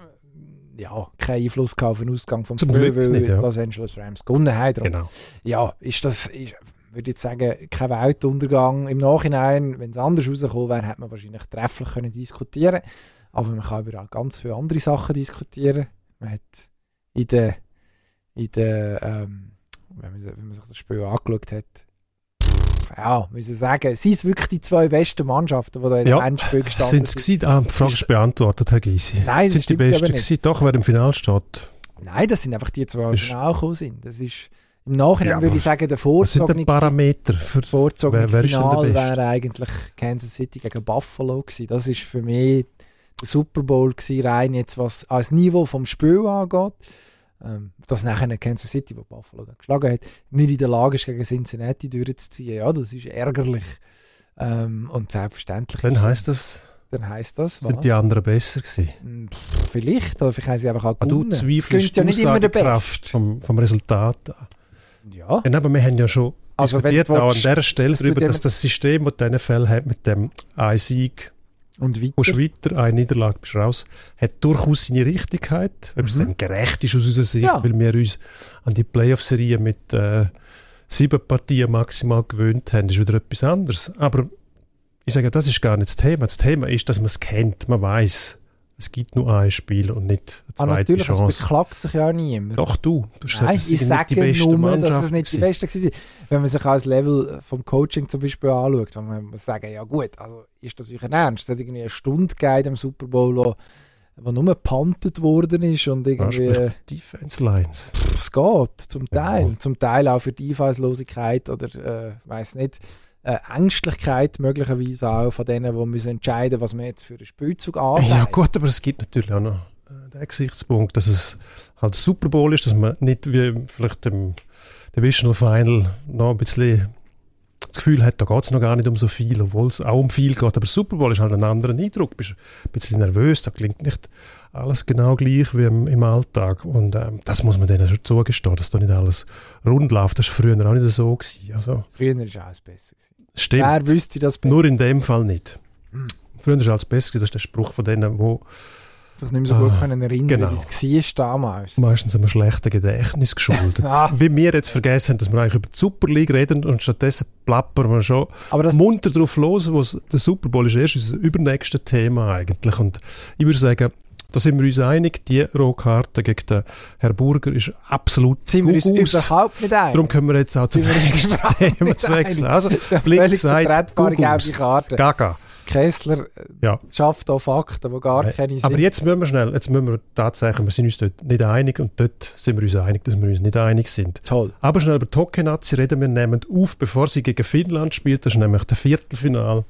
keinen Einfluss auf den Ausgang vom Spiel, weil nicht, Los Angeles Rams gewonnen haben. Genau. Ja, ist, würde ich sagen, kein Weltuntergang. Im Nachhinein, wenn es anders rausgekommen wäre, hätte man wahrscheinlich trefflich können diskutieren. Aber man kann über auch ganz viele andere Sachen diskutieren. Man hat wenn man sich das Spiel angeschaut hat, müssen sagen, sind es wirklich die zwei besten Mannschaften, die da in dem Endspiel gestanden sind? Sind es die Frage ist beantwortet, Herr Gysi. Nein, das sind die besten gewesen? Doch, wer im Finale steht. Nein, das sind einfach die zwei, die genau gekommen sind. Das ist, im Nachhinein würde ich sagen, der vorzogene Parameter für Finale wäre eigentlich Kansas City gegen Buffalo gewesen. Das ist für mich der Super Bowl gewesen, rein jetzt, was als Niveau vom Spiel angeht. Dass nachher Kansas City, wo Buffalo dann geschlagen hat, nicht in der Lage ist, gegen Cincinnati durchzuziehen. Ja, das ist ärgerlich. Und selbstverständlich. Dann heisst das, sind die anderen besser gewesen? Vielleicht, oder vielleicht haben sie einfach auch gewonnen. Du zweifelst die Aussagekraft vom Resultat an. Ja. Aber wir haben ja schon diskutiert auch an dieser Stelle darüber, dass das System, das in diesen Fällen hat, mit dem ein Sieg und weiter, eine Niederlage bist raus, hat durchaus seine Richtigkeit, ob es dann gerecht ist aus unserer Sicht, weil wir uns an die Playoff-Serie mit 7 Partien maximal gewöhnt haben, ist wieder etwas anderes. Aber ich sage, das ist gar nicht das Thema. Das Thema ist, dass man es kennt, man weiß, es gibt nur ein Spiel und nicht eine zweite natürlich, Chance. Natürlich, es beklagt sich ja niemand. Doch, du Nein, ich sage nur, dass es nicht die Beste war. Wenn man sich als Level vom Coaching zum Beispiel anschaut, wenn man muss sagen, ja gut, also ist das euch Ernst? Es hat irgendwie eine Stunde gegeben im Super Bowl, wo nur gepuntet worden ist und irgendwie... Defense Lines. Es geht, zum Teil. Ja. Zum Teil auch für die Einfallslosigkeit oder, weiss nicht, Ängstlichkeit möglicherweise auch von denen, die müssen entscheiden, was man jetzt für einen Spielzug anlegt. Ja gut, aber es gibt natürlich auch noch den Gesichtspunkt, dass es halt Super Bowl ist, dass man nicht wie vielleicht im Divisional Final noch ein bisschen das Gefühl hat, da geht es noch gar nicht um so viel, obwohl es auch um viel geht. Aber Super Bowl ist halt ein anderer Eindruck. Du bist ein bisschen nervös, da klingt nicht alles genau gleich wie im Alltag. Und das muss man denen schon zugestehen, dass da nicht alles rund läuft. Das war früher auch nicht so gewesen. Also, früher war alles besser. Stimmt. Wer wüsste das besser? Nur in dem Fall nicht. Früher war alles besser gewesen. Das ist der Spruch von denen, die sich nicht mehr so gut erinnern, wie es war damals. Meistens einem schlechten Gedächtnis geschuldet. Wie wir jetzt vergessen haben, dass wir eigentlich über die Super League reden und stattdessen plappern wir schon munter drauf los, wo der Super Bowl ist erst unser übernächstes Thema eigentlich. Und ich würde sagen, da sind wir uns einig, die Rohkarte gegen den Herrn Burger ist absolut sind wir uns überhaupt nicht einig. Darum können wir jetzt auch zum nächsten Thema wechseln. Also, Blick sagt, Gaga. Kessler schafft auch Fakten, die gar keine sind. Aber jetzt müssen wir tatsächlich, wir sind uns dort nicht einig und dort sind wir uns einig, dass wir uns nicht einig sind. Toll. Aber schnell über die Hockey-Nazi reden wir nehmend auf, bevor sie gegen Finnland spielt. Das ist nämlich der Viertelfinal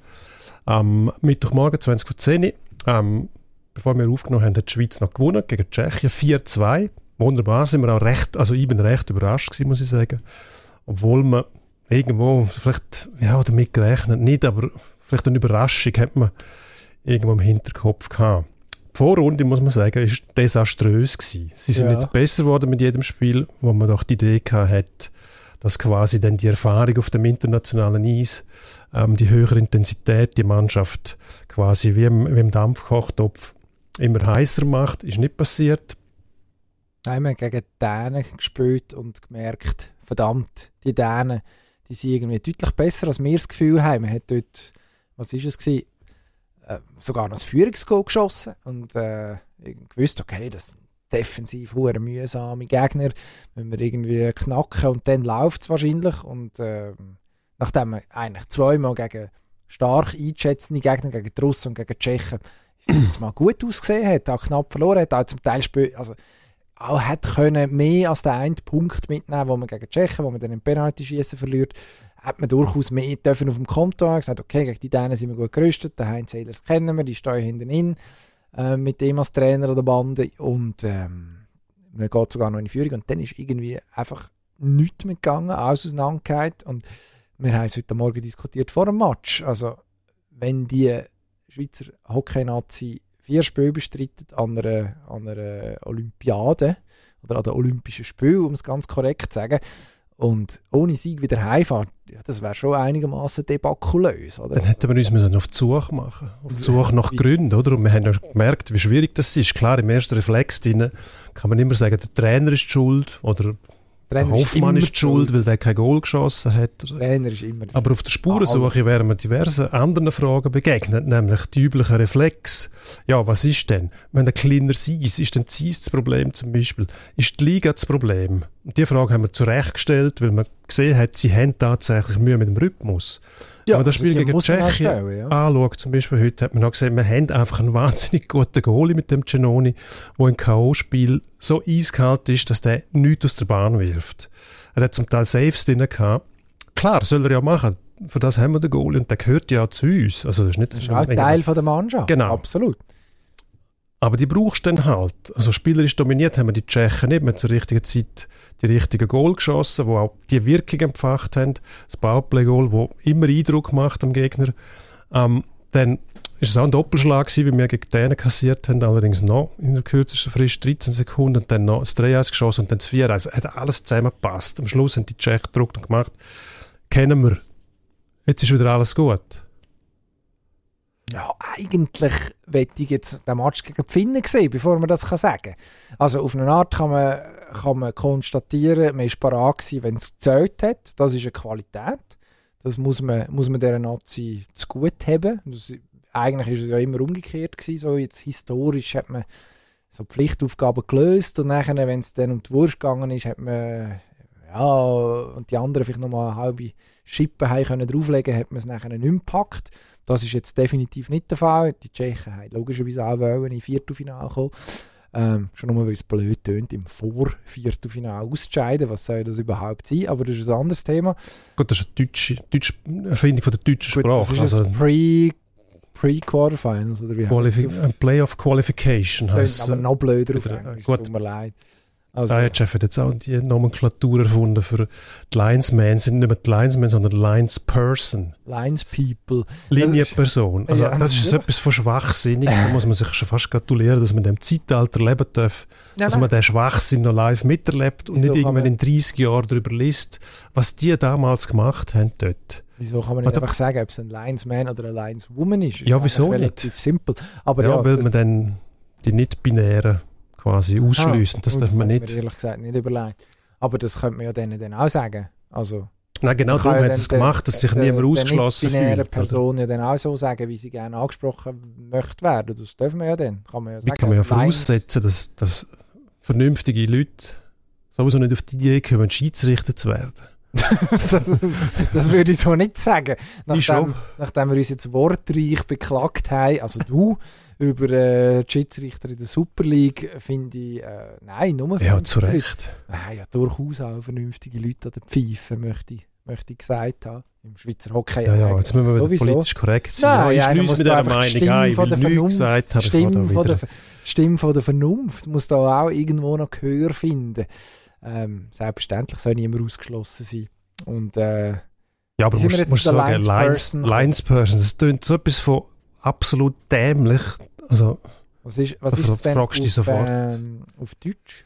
am Mittwochmorgen 20:10 Uhr. Bevor wir aufgenommen haben, hat die Schweiz noch gewonnen gegen Tschechien 4-2. Wunderbar, sind wir auch ich bin recht überrascht gewesen, muss ich sagen. Obwohl man irgendwo vielleicht damit gerechnet, nicht, aber vielleicht eine Überraschung hat man irgendwo im Hinterkopf gehabt. Die Vorrunde, muss man sagen, ist desaströs gewesen. Sie sind nicht besser geworden mit jedem Spiel, wo man doch die Idee hat, dass quasi dann die Erfahrung auf dem internationalen Eis, die höhere Intensität, die Mannschaft quasi wie im Dampfkochtopf immer heißer macht, ist nicht passiert. Nein, wir haben gegen die Dänen gespielt und gemerkt, verdammt, die Dänen, die sind irgendwie deutlich besser, als wir das Gefühl haben. Man hat dort, was war es gewesen, sogar noch das Führungsgoal geschossen und gewusst, okay, das sind defensiv hure mühsame Gegner, müssen wir irgendwie knacken und dann läuft es wahrscheinlich. Und nachdem man eigentlich zweimal gegen stark einschätzende Gegner, gegen die Russen und gegen die Tschechen, jetzt mal gut ausgesehen hat, auch knapp verloren hat, auch zum Teil auch hätte können mehr als den einen Punkt mitnehmen, wo man gegen die Tschechen, wo man dann im Penalty-Schießen verliert, hat man durchaus mehr dürfen auf dem Konto haben, gesagt, okay, gegen die Dänen sind wir gut gerüstet, den Heinz Ehlers kennen wir, die stehen hinten in, mit dem als Trainer oder Bande und man geht sogar noch in die Führung und dann ist irgendwie einfach nichts mehr gegangen, alles auseinandergehalten und wir haben es heute Morgen diskutiert vor dem Match, also wenn die Schweizer Hockey-Nazi 4 Spiele bestreitet an einer Olympiade oder an den Olympischen Spielen, um es ganz korrekt zu sagen, und ohne Sieg wieder heimfahren, das wäre schon einigermaßen debakulös. Oder? Dann hätten wir uns auf die Suche machen, auf die Suche nach Gründen, oder? Und wir haben ja gemerkt, wie schwierig das ist. Klar, im ersten Reflex drin kann man immer sagen, der Trainer ist schuld oder Hoffmann ist schuld, weil der kein Goal geschossen hat. Trainer ist immer aber auf der Spurensuche wären wir diversen anderen Fragen begegnet, nämlich die üblichen Reflex. Ja, was ist denn? Wenn ein kleiner Eis, ist denn das Eis das Problem zum Beispiel? Ist die Liga das Problem? Und diese Frage haben wir zurechtgestellt, weil man gesehen hat, sie haben tatsächlich Mühe mit dem Rhythmus. Ja, wenn man das Spiel gegen Tschechien anschaut, zum Beispiel heute, hat man auch gesehen, wir haben einfach einen wahnsinnig guten Goalie mit dem Giannoni, der im K.O.-Spiel so eiskalt ist, dass der nichts aus der Bahn wirft. Er hat zum Teil Saves drin gehabt. Klar, soll er ja machen. Für das haben wir den Goalie und der gehört ja zu uns. Also das ist auch Teil von der Mannschaft. Genau. Absolut. Aber die brauchst du dann halt. Also spielerisch dominiert haben wir die Tschechen nicht. Wir haben zur richtigen Zeit die richtigen Goal geschossen, die auch die Wirkung empfacht haben. Das Powerplay-Goal, das immer Eindruck macht am Gegner. Dann ist es auch ein Doppelschlag gewesen, wie wir gegen Dänen kassiert haben, allerdings noch in der kürzesten Frist 13 Sekunden und dann noch das 3-1 geschossen und dann das 4-1. Es hat alles zusammengepasst. Am Schluss haben die Tschechen gedruckt und gemacht. Kennen wir. Jetzt ist wieder alles gut. Ja, eigentlich möchte ich jetzt den Match gegen die Finnen sehen, bevor man das sagen kann. Also auf eine Art kann man konstatieren, man war parat gewesen, wenn es gezählt hat. Das ist eine Qualität. Das muss man dieser Nazi zu gut haben. Eigentlich ist es ja immer umgekehrt gewesen. So jetzt historisch hat man so Pflichtaufgaben gelöst und nachher, wenn es dann um die Wurst gegangen ist, hat man und die anderen vielleicht nochmal eine halbe Schippe drauflegen, hat man es nachher nicht mehr gepackt. Das ist jetzt definitiv nicht der Fall. Die Tschechen haben logischerweise auch wollen in Viertelfinale kommen. Schon nur, weil es blöd tönt, im Vor-Viertelfinale auszuscheiden. Was soll das überhaupt sein? Aber das ist ein anderes Thema. Gut, das ist eine Erfindung von der deutschen Sprache. Das ist Pre-Quarterfinals, oder wie heißt Playoff Qualification heisst es. Aber noch blöder auf Englisch, tut mir leid. Also, der Chef hat jetzt auch die Nomenklatur erfunden für die Linesmen. Sind nicht mehr die Linesmen, sondern Linesperson. Linespeople. Linienperson. Also, das ist etwas von schwachsinnig. Da muss man sich schon fast gratulieren, dass man in diesem Zeitalter leben darf. Dass man den Schwachsinn noch live miterlebt und nicht irgendwann in 30 Jahren darüber liest, was die damals gemacht haben dort. Wieso kann man nicht einfach sagen, ob es ein Linesman oder ein Lineswoman ist? Ja, wieso nicht? Relativ simpel. Aber weil man dann die nicht-binären quasi ausschliessen. Das darf man nicht. Das habe ich mir ehrlich gesagt nicht überlegt. Aber das könnte man ja denen dann auch sagen. Also, nein, genau darum hat es gemacht, dass sich niemand ausgeschlossen fühlt. Die Person ja dann auch so sagen, wie sie gerne angesprochen möchte werden. Das dürfen wir ja dann. Kann man ja sagen. Wie kann man ja voraussetzen, dass vernünftige Leute sowieso nicht auf die Idee kommen, Schiedsrichter zu werden. das würde ich so nicht sagen. Nachdem wir uns jetzt wortreich beklagt haben, also du, über die Schiedsrichter in der Super League, finde ich, nein, nur ja, zu Recht. Ja, durchaus auch vernünftige Leute an der Pfeife, möchte ich gesagt haben. Im Schweizer Hockey. Ja, jetzt müssen wir sowieso politisch korrekt sein. Nein, ich schließe mit dieser Meinung ein, weil ich nichts gesagt habe. Stimme von der Vernunft muss da auch irgendwo noch Gehör finden. Selbstverständlich soll niemand ausgeschlossen sein. Und, ja, aber du musst sagen, Linesperson, das klingt so etwas von absolut dämlich. Also, was ist denn auf Deutsch?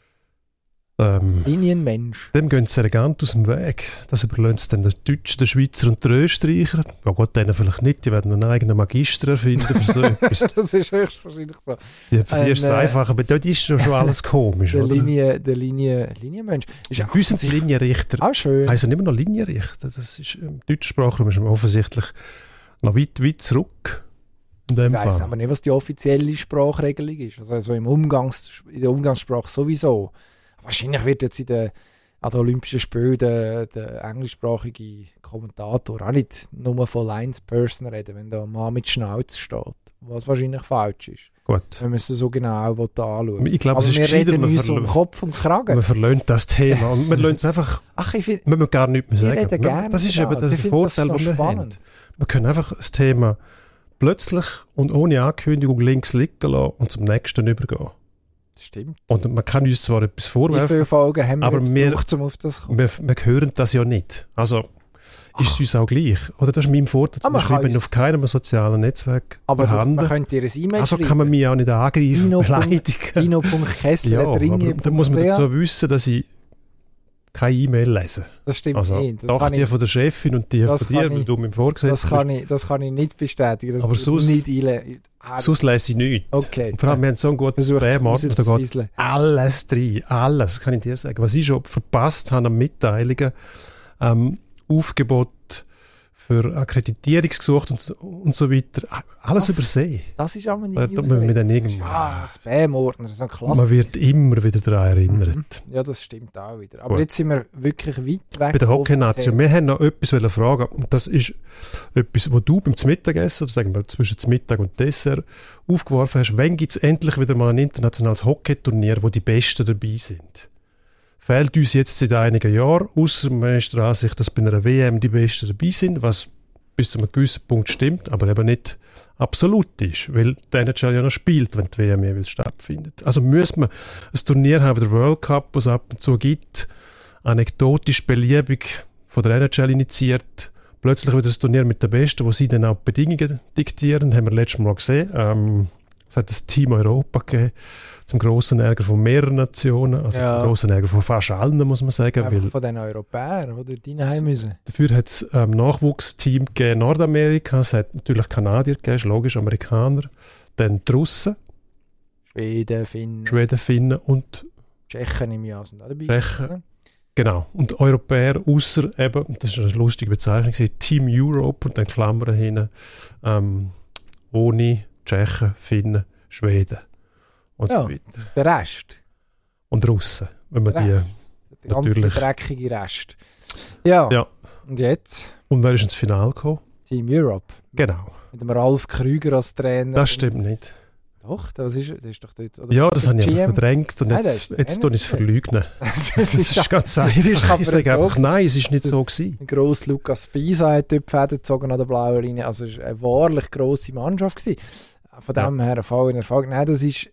Linienmensch. Dem gehen sie elegant aus dem Weg. Das überlässt es dann den Deutschen, den Schweizer und den Österreicher. Ja Gott, denen vielleicht nicht, die werden einen eigenen Magister erfinden für so etwas. Das ist höchstwahrscheinlich so. Ja, für die ist es einfach, aber dort ist schon alles komisch. Der Linienmensch. Bei uns sind Linienrichter. Auch schön. Heißen immer noch Linienrichter. Das ist im deutschen Sprachraum ist offensichtlich noch weit zurück. Ich weiss aber nicht, was die offizielle Sprachregelung ist. Also in der Umgangssprache sowieso. Wahrscheinlich wird jetzt an den Olympischen Spielen der englischsprachige Kommentator auch nicht nur von Linesperson reden, wenn da ein Mann mit Schnauze steht. Was wahrscheinlich falsch ist. Gut. Wenn man es so genau anschauen. Ich glaube, es ist wir reden uns um Kopf und Kragen. Man verlöhnt das Thema und man lernt es einfach, man muss gar nichts mehr sagen. Das ist eben der Vorteil, den wir haben. Wir können einfach das Thema plötzlich und ohne Ankündigung links liegen lassen und zum nächsten übergehen. Das stimmt. Und man kann uns zwar etwas vorwerfen, wie viele Folgen haben wir aber jetzt gebraucht, um auf das zu kommen? Wir hören das ja nicht. Also ist es uns auch gleich. Oder das ist mein Vorteil. Ich bin auf keinem sozialen Netzwerk vorhanden. Man könnte ihr ein E-Mail also kann man mich auch nicht angreifen, beleidigen. Dino.kessler, ja, aber dann muss man dazu wissen, dass ich keine E-Mail lese. Das stimmt also, nicht. Das doch die von der Chefin und die von dir, weil du mit dem Vorgesetzten das kann ich nicht bestätigen. Aber sonst lese ich nichts. Okay. Und vor allem, wir haben so einen guten Spam-Ordner, da geht alles rein. Alles, kann ich dir sagen. Was ich schon verpasst habe an Mitteilungen, Aufgebot für Akkreditierungsgesuch und so weiter. Alles übersehen. Das ist auch mal nicht Spam-Ordner, so ein Klassiker. Man wird immer wieder daran erinnert. Ja, das stimmt auch wieder. Aber jetzt sind wir wirklich weit weg. Bei der Hockey-Nation. Wir haben noch etwas fragen. Und das ist etwas, wo du beim Mittagessen, oder sagen wir zwischen Mittag und Dessert, aufgeworfen hast. Wann gibt es endlich wieder mal ein internationales Hockeyturnier, wo die Besten dabei sind? Fehlt uns jetzt seit einigen Jahren, ausser man ist der Ansicht, dass bei einer WM die Besten dabei sind, was bis zu einem gewissen Punkt stimmt, aber eben nicht absolut ist, weil die NHL ja noch spielt, wenn die WM jeweils stattfindet. Also müssen wir ein Turnier haben, wie der World Cup, was es ab und zu gibt, anekdotisch beliebig von der NHL initiiert, plötzlich wieder ein Turnier mit den Besten, wo sie dann auch die Bedingungen diktieren, haben wir letztes Mal gesehen. Es hat das Team Europa gegeben, zum grossen Ärger von mehreren Nationen, also zum grossen Ärger von fast allen, muss man sagen. Weil von den Europäern, die dort rein müssen. Dafür hat es ein Nachwuchsteam gegeben in Nordamerika, es hat natürlich Kanadier gegeben, logisch, Amerikaner, dann die Russen, Schweden, Finnen und Tschechen im Jahr sind auch dabei. Tschechen, genau. Und Europäer, ausser eben, das ist eine lustige Bezeichnung, Team Europe und dann Klammern hinten, ohne Tschechen, Finnen, Schweden und so weiter. Der Rest. Und Russen, wenn man die natürlich... ganze dreckige Rest. Ja. Und jetzt? Und wer ist ins Finale gekommen? Team Europe. Genau. Mit dem Ralf Krüger als Trainer. Das stimmt nicht. Doch, das ist doch dort. Oder ja, das habe ich einfach verdrängt und jetzt tue ich es verleugnen. Das ist ganz einfach. Ich sage einfach, nein, es ist nicht so gewesen. Gross Lukas Pisa hat dort Fäden gezogen an der blauen Linie. Also es war eine wahrlich grosse Mannschaft gewesen. Von dem her Erfahrung. Nein, das ist...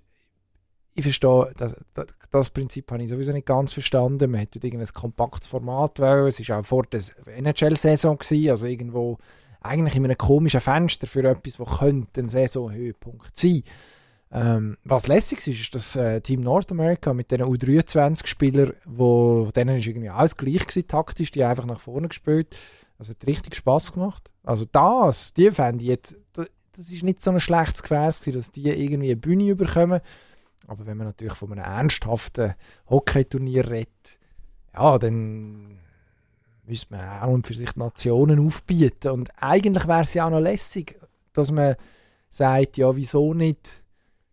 Ich verstehe, das Prinzip habe ich sowieso nicht ganz verstanden. Man hätte irgendein kompaktes Format wollen. Es war auch vor der NHL-Saison gewesen, also irgendwo eigentlich in einem komischen Fenster für etwas, das könnte ein Saisonhöhepunkt sein. Was lässig ist das Team Nordamerika mit diesen U23-Spielern, denen ist irgendwie alles gleich gewesen, taktisch, die haben einfach nach vorne gespielt. Das hat richtig Spass gemacht. Also die fände ich jetzt... das ist nicht so ein schlechtes Gefäß gewesen, dass die irgendwie eine Bühne bekommen. Aber wenn man natürlich von einem ernsthaften Hockeyturnier redet, ja, dann müsste man auch und für sich die Nationen aufbieten. Und eigentlich wäre es ja auch noch lässig, dass man sagt, ja, wieso nicht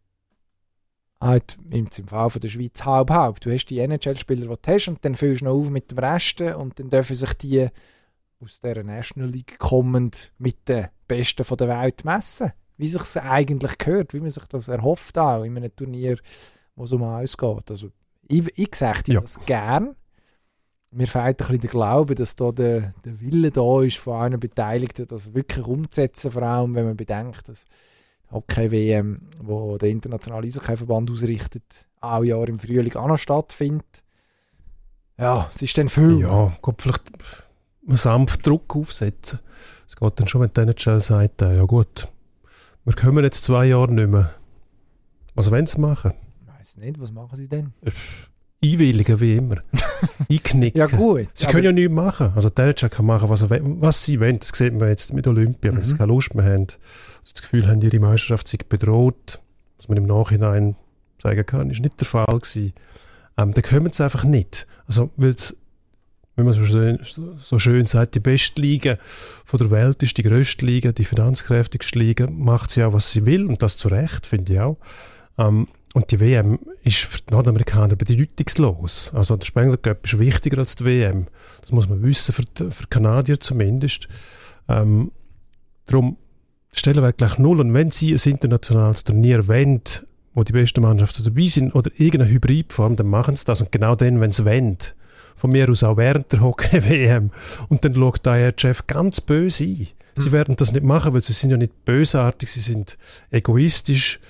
halt im Fall von der Schweiz halb. Du hast die NHL-Spieler, die du hast, und dann füllst du noch auf mit dem Rest und dann dürfen sich die aus dieser National League kommend mit den Besten von der Welt messen. Wie sich es eigentlich gehört, wie man sich das erhofft auch in einem Turnier, wo es um alles geht. Also, ich sage dir das gern. Mir fehlt ein bisschen der Glaube, dass da der Wille da ist von allen Beteiligten, das wirklich umzusetzen, vor allem wenn man bedenkt, dass Hockey-WM, wo der internationale Eishockey-Verband ausrichtet, auch Jahr im Frühling auch noch stattfindet. Ja, es ist dann viel. Ja, Gott, vielleicht sanft Druck aufsetzen. Es geht dann schon, wenn die NHL sagt, ja gut, wir kommen jetzt 2 Jahre nicht mehr. Was wollen sie machen? Ich weiss nicht, was machen sie denn? Einwilligen wie immer. Einknicken. Ja gut. Sie können ja nichts machen. Also die NHL kann machen, was sie wollen. Das sieht man jetzt mit Olympia, wenn sie keine Lust mehr haben. Also das Gefühl haben, ihre Meisterschaft sei bedroht. Was man im Nachhinein sagen kann, ist nicht der Fall gewesen. Dann kommen sie einfach nicht. Also weil es, wenn man so schön sagt, die beste Liga von der Welt ist die grösste Liga, die finanzkräftigste Liga, macht sie auch, was sie will, und das zu Recht, finde ich auch. Und die WM ist für die Nordamerikaner bedeutungslos. Also der Spengler Cup ist wichtiger als die WM. Das muss man wissen, für Kanadier zumindest. Darum Stellenwert gleich 0. Und wenn sie ein internationales Turnier wollen, wo die besten Mannschaften dabei sind, oder irgendeine Hybridform, dann machen sie das. Und genau dann, wenn sie wollen, von mir aus auch während der Hockey-WM. Und dann schaut der IHF ganz böse ein. Sie werden das nicht machen, weil sie sind ja nicht bösartig, sie sind egoistisch,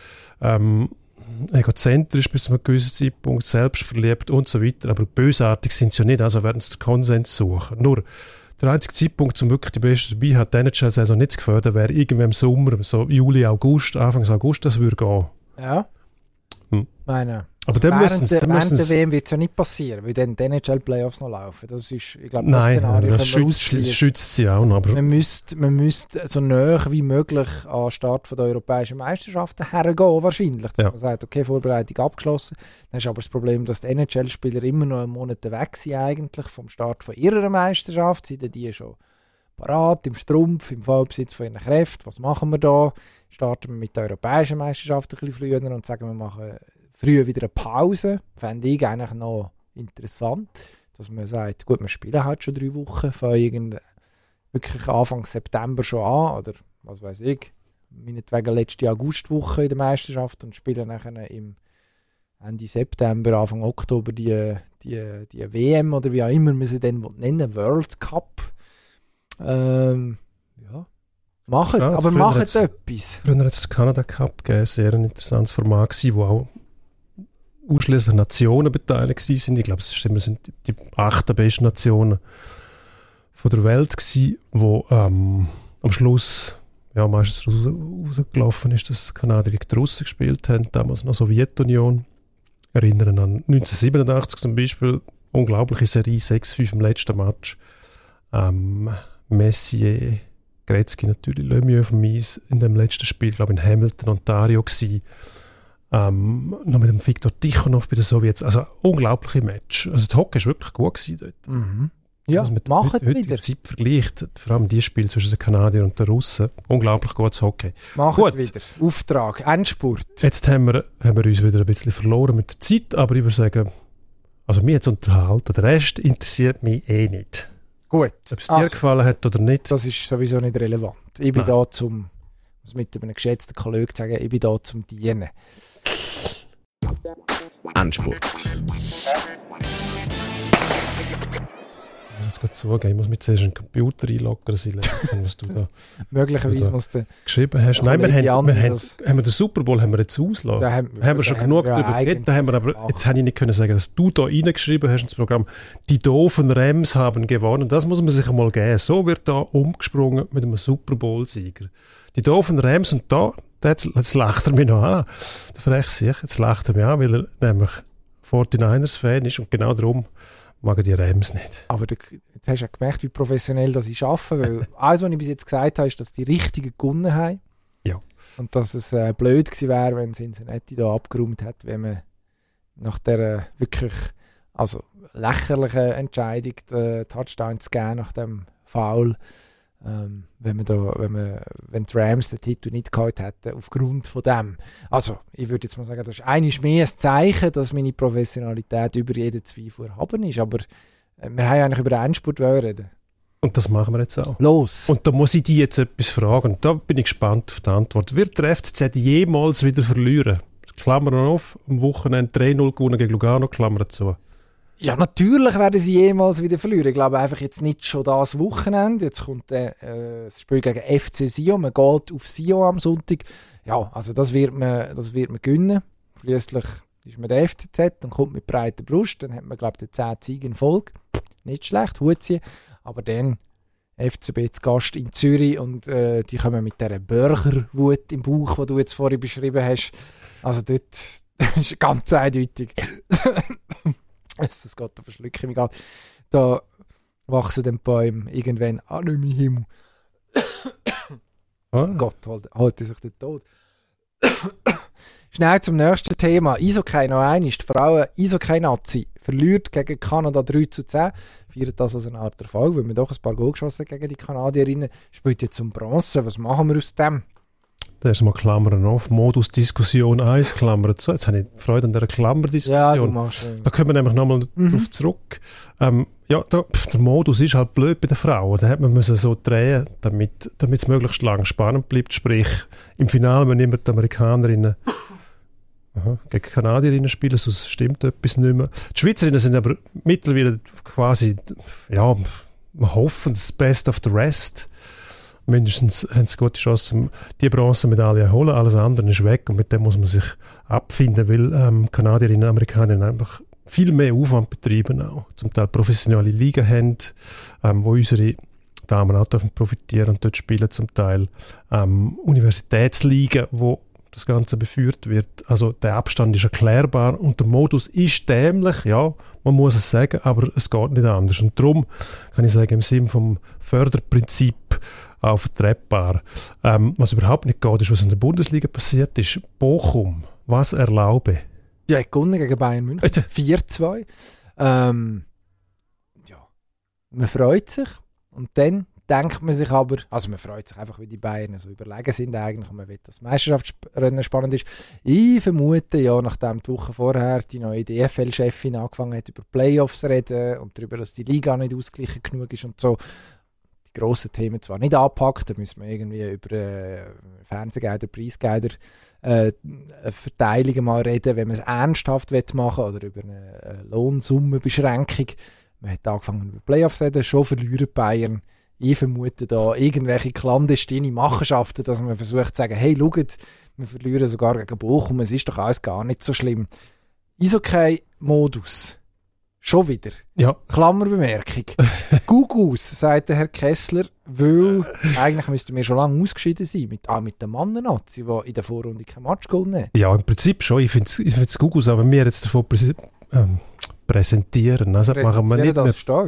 egozentrisch bis zu einem gewissen Zeitpunkt, selbstverliebt und so weiter. Aber bösartig sind sie ja nicht, also werden sie den Konsens suchen. Nur der einzige Zeitpunkt, um wirklich die Besten dabei hat, die NHL-Saison nicht zu gefördern, wäre irgendwann im Sommer, so Juli, August, Anfang August, das würde gehen. Ja. Meine. Aber dann während der WM wird es ja nicht passieren, weil dann die NHL-Playoffs noch laufen. Das ist, ich glaube, das Nein, Szenario das schützt sie auch noch. Aber man müsste so nahe wie möglich an den Start der europäischen Meisterschaften hergehen, wahrscheinlich. Dass man sagt, okay, Vorbereitung abgeschlossen. Dann ist aber das Problem, dass die NHL-Spieler immer noch einen Monat weg sind eigentlich vom Start von ihrer Meisterschaft. Sind die schon parat, im Strumpf, im Vollbesitz von ihren Kräften. Was machen wir da? Starten wir mit der europäischen Meisterschaft ein bisschen früher und sagen, wir machen früher wieder eine Pause. Fände ich eigentlich noch interessant, dass man sagt, gut, wir spielen halt schon 3 Wochen, fangen wirklich Anfang September schon an, oder was weiß ich, meinetwegen letzte Augustwoche in der Meisterschaft und spielen nachher im Ende September, Anfang Oktober die WM oder wie auch immer man sie dann nennen, World Cup. Ja. Macht, ja, aber macht etwas. Früher hat es den Canada Cup gegeben, sehr ein interessantes Format gewesen, wo auch ausschließlich Nationen beteiligt waren. Ich glaube, wir sind die 8 besten Nationen von der Welt gewesen, wo am Schluss meistens rausgelaufen ist, dass die Kanadier gegen die Russen gespielt haben, damals noch Sowjetunion. Erinnern an 1987 zum Beispiel, unglaubliche Serie, 6-5 im letzten Match. Messier, Gretzky natürlich, Lemieux vom Eis in dem letzten Spiel, glaube ich, in Hamilton, Ontario gsi. Noch mit dem Viktor Tikhonov bei den Sowjets. Also unglaubliche Match. Also das Hockey war wirklich gut gewesen dort. Mhm. Ja, macht wieder. Zeit vergleicht, vor allem die Spiele zwischen den Kanadiern und den Russen. Unglaublich gutes Hockey. Macht wieder. Auftrag, Endspurt. Jetzt haben wir uns wieder ein bisschen verloren mit der Zeit, aber ich würde sagen, also mich hat es unterhalten. Der Rest interessiert mich nicht. Gut. Ob es dir gefallen hat oder nicht. Das ist sowieso nicht relevant. Ich bin da muss mit einem geschätzten Kollegen sagen, ich bin da zum Dienen. Endspurt. Ich muss jetzt gerade zugeben, ich muss mir zuerst einen Computer einloggen, was du da möglicherweise musst du geschrieben hast. Nein, haben wir den Super Bowl haben wir jetzt ausgelassen. Haben wir schon genug darüber geredet, jetzt habe ich nicht können sagen, dass du da reingeschrieben hast ins Programm, die doofen Rams haben gewonnen. Das muss man sich einmal geben. So wird da umgesprungen mit einem Super Bowl-Sieger. Die doofen Rams, und jetzt lacht er mich noch an. Da frage ich sich, jetzt lacht er mich an, weil er nämlich 49ers-Fan ist und genau darum mag die Rams nicht. Aber jetzt hast du ja gemerkt, wie professionell das ich arbeite, weil alles, was ich bis jetzt gesagt habe, ist, dass die Richtigen gewonnen haben. Ja. Und dass es blöd gewesen wäre, wenn Cincinnati da abgeräumt hätte, wenn man nach der wirklich lächerlichen Entscheidung den Touchdown zu geben nach dem Foul, wenn die Rams den Titel nicht gehabt hätten, aufgrund von dem. Also, ich würde jetzt mal sagen, das ist einiges mehr ein Zeichen, dass meine Professionalität über jeden Zweifel erhaben ist, aber wir haben eigentlich über den Endspurt reden. Und das machen wir jetzt auch. Los! Und da muss ich dich jetzt etwas fragen. Da bin ich gespannt auf die Antwort. Wird der FCZ jemals wieder verlieren? Klammern auf, am Wochenende 3-0 gewonnen gegen Lugano, Klammern zu. Ja, natürlich werden sie jemals wieder verlieren. Ich glaube einfach jetzt nicht schon das Wochenende. Jetzt kommt das Spiel gegen FC Sion. Man geht auf Sion am Sonntag. Ja, also das wird man gewinnen. Schliesslich ist man der FCZ und kommt mit breiter Brust. Dann hat man, glaube ich, 10 Siege in Folge. Nicht schlecht, Hut ziehen. Aber dann FCB zu Gast in Zürich und die kommen mit dieser Bürgerwut im Bauch, die du jetzt vorhin beschrieben hast. Also dort ist ganz eindeutig. Das geht, da verschlucke ich mich gerade. Da wachsen dann die Bäume irgendwann an den Himmel. Gott, halte sich der Tod. Schnell zum nächsten Thema. Eishockey noch einmal. Die Frauen-Eishockey-Nazi verliert gegen Kanada 3-10. Feiert das als eine Art Erfolg, weil wir doch ein paar Goal geschossen gegen die Kanadierinnen. Spielt jetzt um Bronze. Was machen wir aus dem? Da ist mal Klammern auf, Modus Diskussion 1, Klammern 2. Jetzt habe ich Freude an dieser Klammerdiskussion. Ja, du machst da kommen wir nämlich nochmal drauf zurück. Der Modus ist halt blöd bei den Frauen. Da hat man so drehen, damit es möglichst lang spannend bleibt. Sprich, im Finale müssen immer die Amerikanerinnen gegen Kanadierinnen spielen, sonst stimmt etwas nicht mehr. Die Schweizerinnen sind aber mittlerweile quasi, ja, wir hoffen, das Best of the Rest. Mindestens haben sie gute Chance, die Bronzemedaille zu holen. Alles andere ist weg und mit dem muss man sich abfinden, weil Kanadierinnen und Amerikaner einfach viel mehr Aufwand betreiben auch. Zum Teil professionelle Ligen haben, wo unsere Damen auch davon profitieren und dort spielen zum Teil Universitätsligen, wo das Ganze beführt wird. Also der Abstand ist erklärbar und der Modus ist dämlich, ja, man muss es sagen, aber es geht nicht anders. Und darum kann ich sagen, im Sinne vom Förderprinzip auch vertretbar. Was überhaupt nicht geht, ist, was in der Bundesliga passiert ist. Bochum, was erlaube? Ja, gewonnen gegen Bayern München. 4-2. Ja, man freut sich und dann denkt man sich aber, also man freut sich einfach, wie die Bayern so überlegen sind eigentlich und man will, dass das Meisterschaftsrennen spannend ist. Ich vermute, ja, nachdem die Woche vorher die neue DFL-Chefin angefangen hat, über Playoffs zu reden und darüber, dass die Liga nicht ausgeglichen genug ist und so, die grossen Themen zwar nicht anpackt, da müssen wir irgendwie über Fernsehgelder, Preisgelder, Verteilungen mal reden, wenn man es ernsthaft machen will, oder über eine Lohnsummenbeschränkung. Man hat angefangen über Playoffs zu reden, schon verlieren Bayern. Ich vermute da irgendwelche clandestine Machenschaften, dass man versucht zu sagen, hey, schaut, wir verlieren sogar gegen Bochum, es ist doch alles gar nicht so schlimm. Eishockey-Modus. Schon wieder. Ja. Klammerbemerkung. Gugus, sagt der Herr Kessler, weil eigentlich müssten wir schon lange ausgeschieden sein, mit den Mannen-Nazi, die in der Vorrunde kein Match gewonnen haben. Ja, im Prinzip schon. Ich finde es Gugus, aber wir jetzt davon präsentieren. Also machen wir nicht.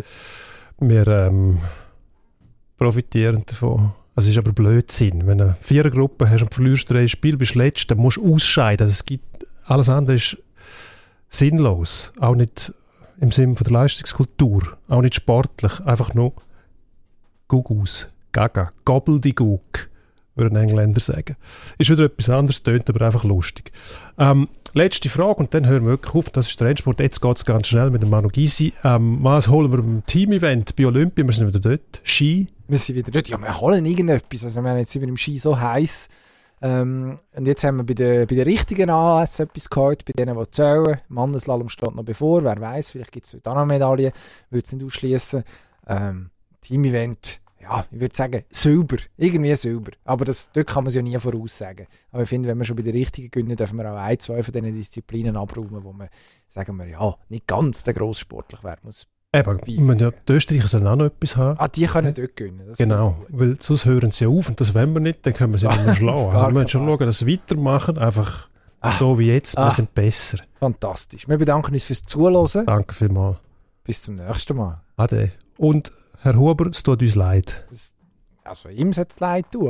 Wir profitieren davon. Es ist aber Blödsinn. Wenn du eine Vierergruppe hast und verlierst 3 Spiele, bist du letzt, dann musst du ausscheiden. Alles andere ist sinnlos. Auch nicht im Sinne von der Leistungskultur. Auch nicht sportlich. Einfach nur Gugus, Gaga, Gobbledygook, würde ein Engländer sagen. Ist wieder etwas anderes, tönt aber einfach lustig. Letzte Frage und dann hören wir wirklich auf. Das ist der Endsport. Jetzt geht es ganz schnell mit dem Manu Gysi. Was holen wir beim Team-Event bei Olympia? Wir sind wieder dort. Ski? Wir sind wieder dort. Ja, wir holen irgendetwas. Also wir haben jetzt über dem Ski so heiß. Und jetzt haben wir bei den richtigen Anlässen etwas geholt, bei denen, die zählen. Mannenslalom steht noch bevor. Wer weiß, vielleicht gibt es heute auch noch Medaillen. Würde es nicht ausschließen. Team-Event. Ja, ich würde sagen, Silber. Irgendwie Silber. Aber dort kann man es ja nie voraussagen. Aber ich finde, wenn wir schon bei den richtigen gewinnen, dürfen wir auch 1, 2 von diesen Disziplinen abräumen, wo wir, sagen wir, ja, nicht ganz der Grosssportler werden muss. Eben, die Österreicher sollen auch noch etwas haben. Die können dort gewinnen. Das genau, weil sonst hören sie auf und das wollen wir nicht, dann können wir sie nicht mehr schlagen. Also wir müssen schon schauen, dass sie weitermachen, einfach so wie jetzt, wir sind besser. Fantastisch. Wir bedanken uns fürs Zuhören. Danke vielmals. Bis zum nächsten Mal. Ade. Und Herr Huber, es tut uns leid. Also ihm sollte es leid tun, oder?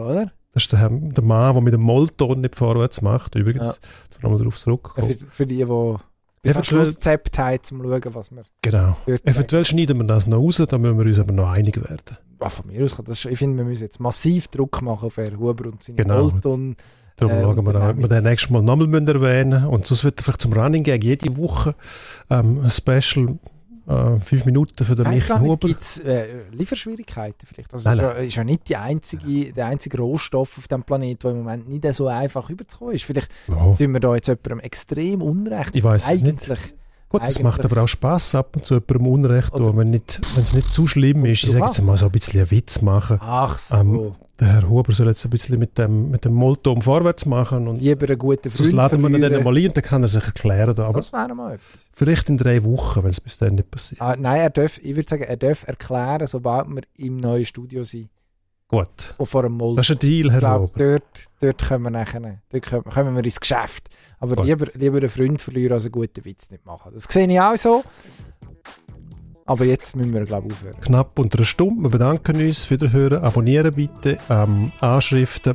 Das ist der Mann, der mit dem Mollton nicht vorwärts macht. Übrigens, jetzt nochmal darauf zurückkommen. Für die bis am Schluss gezappt haben, um zu schauen, was wir... Genau. Eventuell schneiden wir das noch raus, da müssen wir uns aber noch einig werden. Ja, von mir aus, ich finde, wir müssen jetzt massiv Druck machen auf Herrn Huber und seine Mollton. Darum schauen wir an, ob wir den nächstes Mal nochmal erwähnen müssen. Und sonst wird er vielleicht zum Running Gag jede Woche ein Special 5 Minuten für den Michael Huber. Gibt es Lieferschwierigkeiten vielleicht? Das ist ja nicht der einzige Rohstoff auf diesem Planeten, der im Moment nicht so einfach überzukommen ist. Vielleicht tun wir da jetzt jemandem extrem Unrecht. Ich weiss es nicht. Gut, es macht aber auch Spass, ab und zu jemandem Unrecht tun, wenn es nicht zu schlimm ist. Ich sage jetzt mal so ein bisschen einen Witz machen. Ach so. Der Herr Huber soll jetzt ein bisschen mit dem Mollton vorwärts machen. Und lieber einen guten Freund sonst laden wir ihn dann mal ein und dann kann er sich erklären. Aber das wäre mal etwas. Vielleicht in 3 Wochen, wenn es bis dann nicht passiert. Nein, ich würde sagen, er darf erklären, sobald wir im neuen Studio sind. Gut. Und vor dem Mollton. Das ist ein Deal, Herr Huber. Dort kommen wir ins Geschäft. Aber lieber einen Freund verlieren, als einen guten Witz nicht machen. Das sehe ich auch so. Aber jetzt müssen wir, glaube ich, aufhören. Knapp unter einer Stunde. Wir bedanken uns für das Hören. Abonnieren bitte. Anschriften,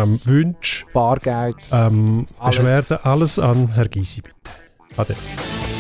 Wünsche, Bargeld, Beschwerden, alles an Herr Gysi bitte. Ade.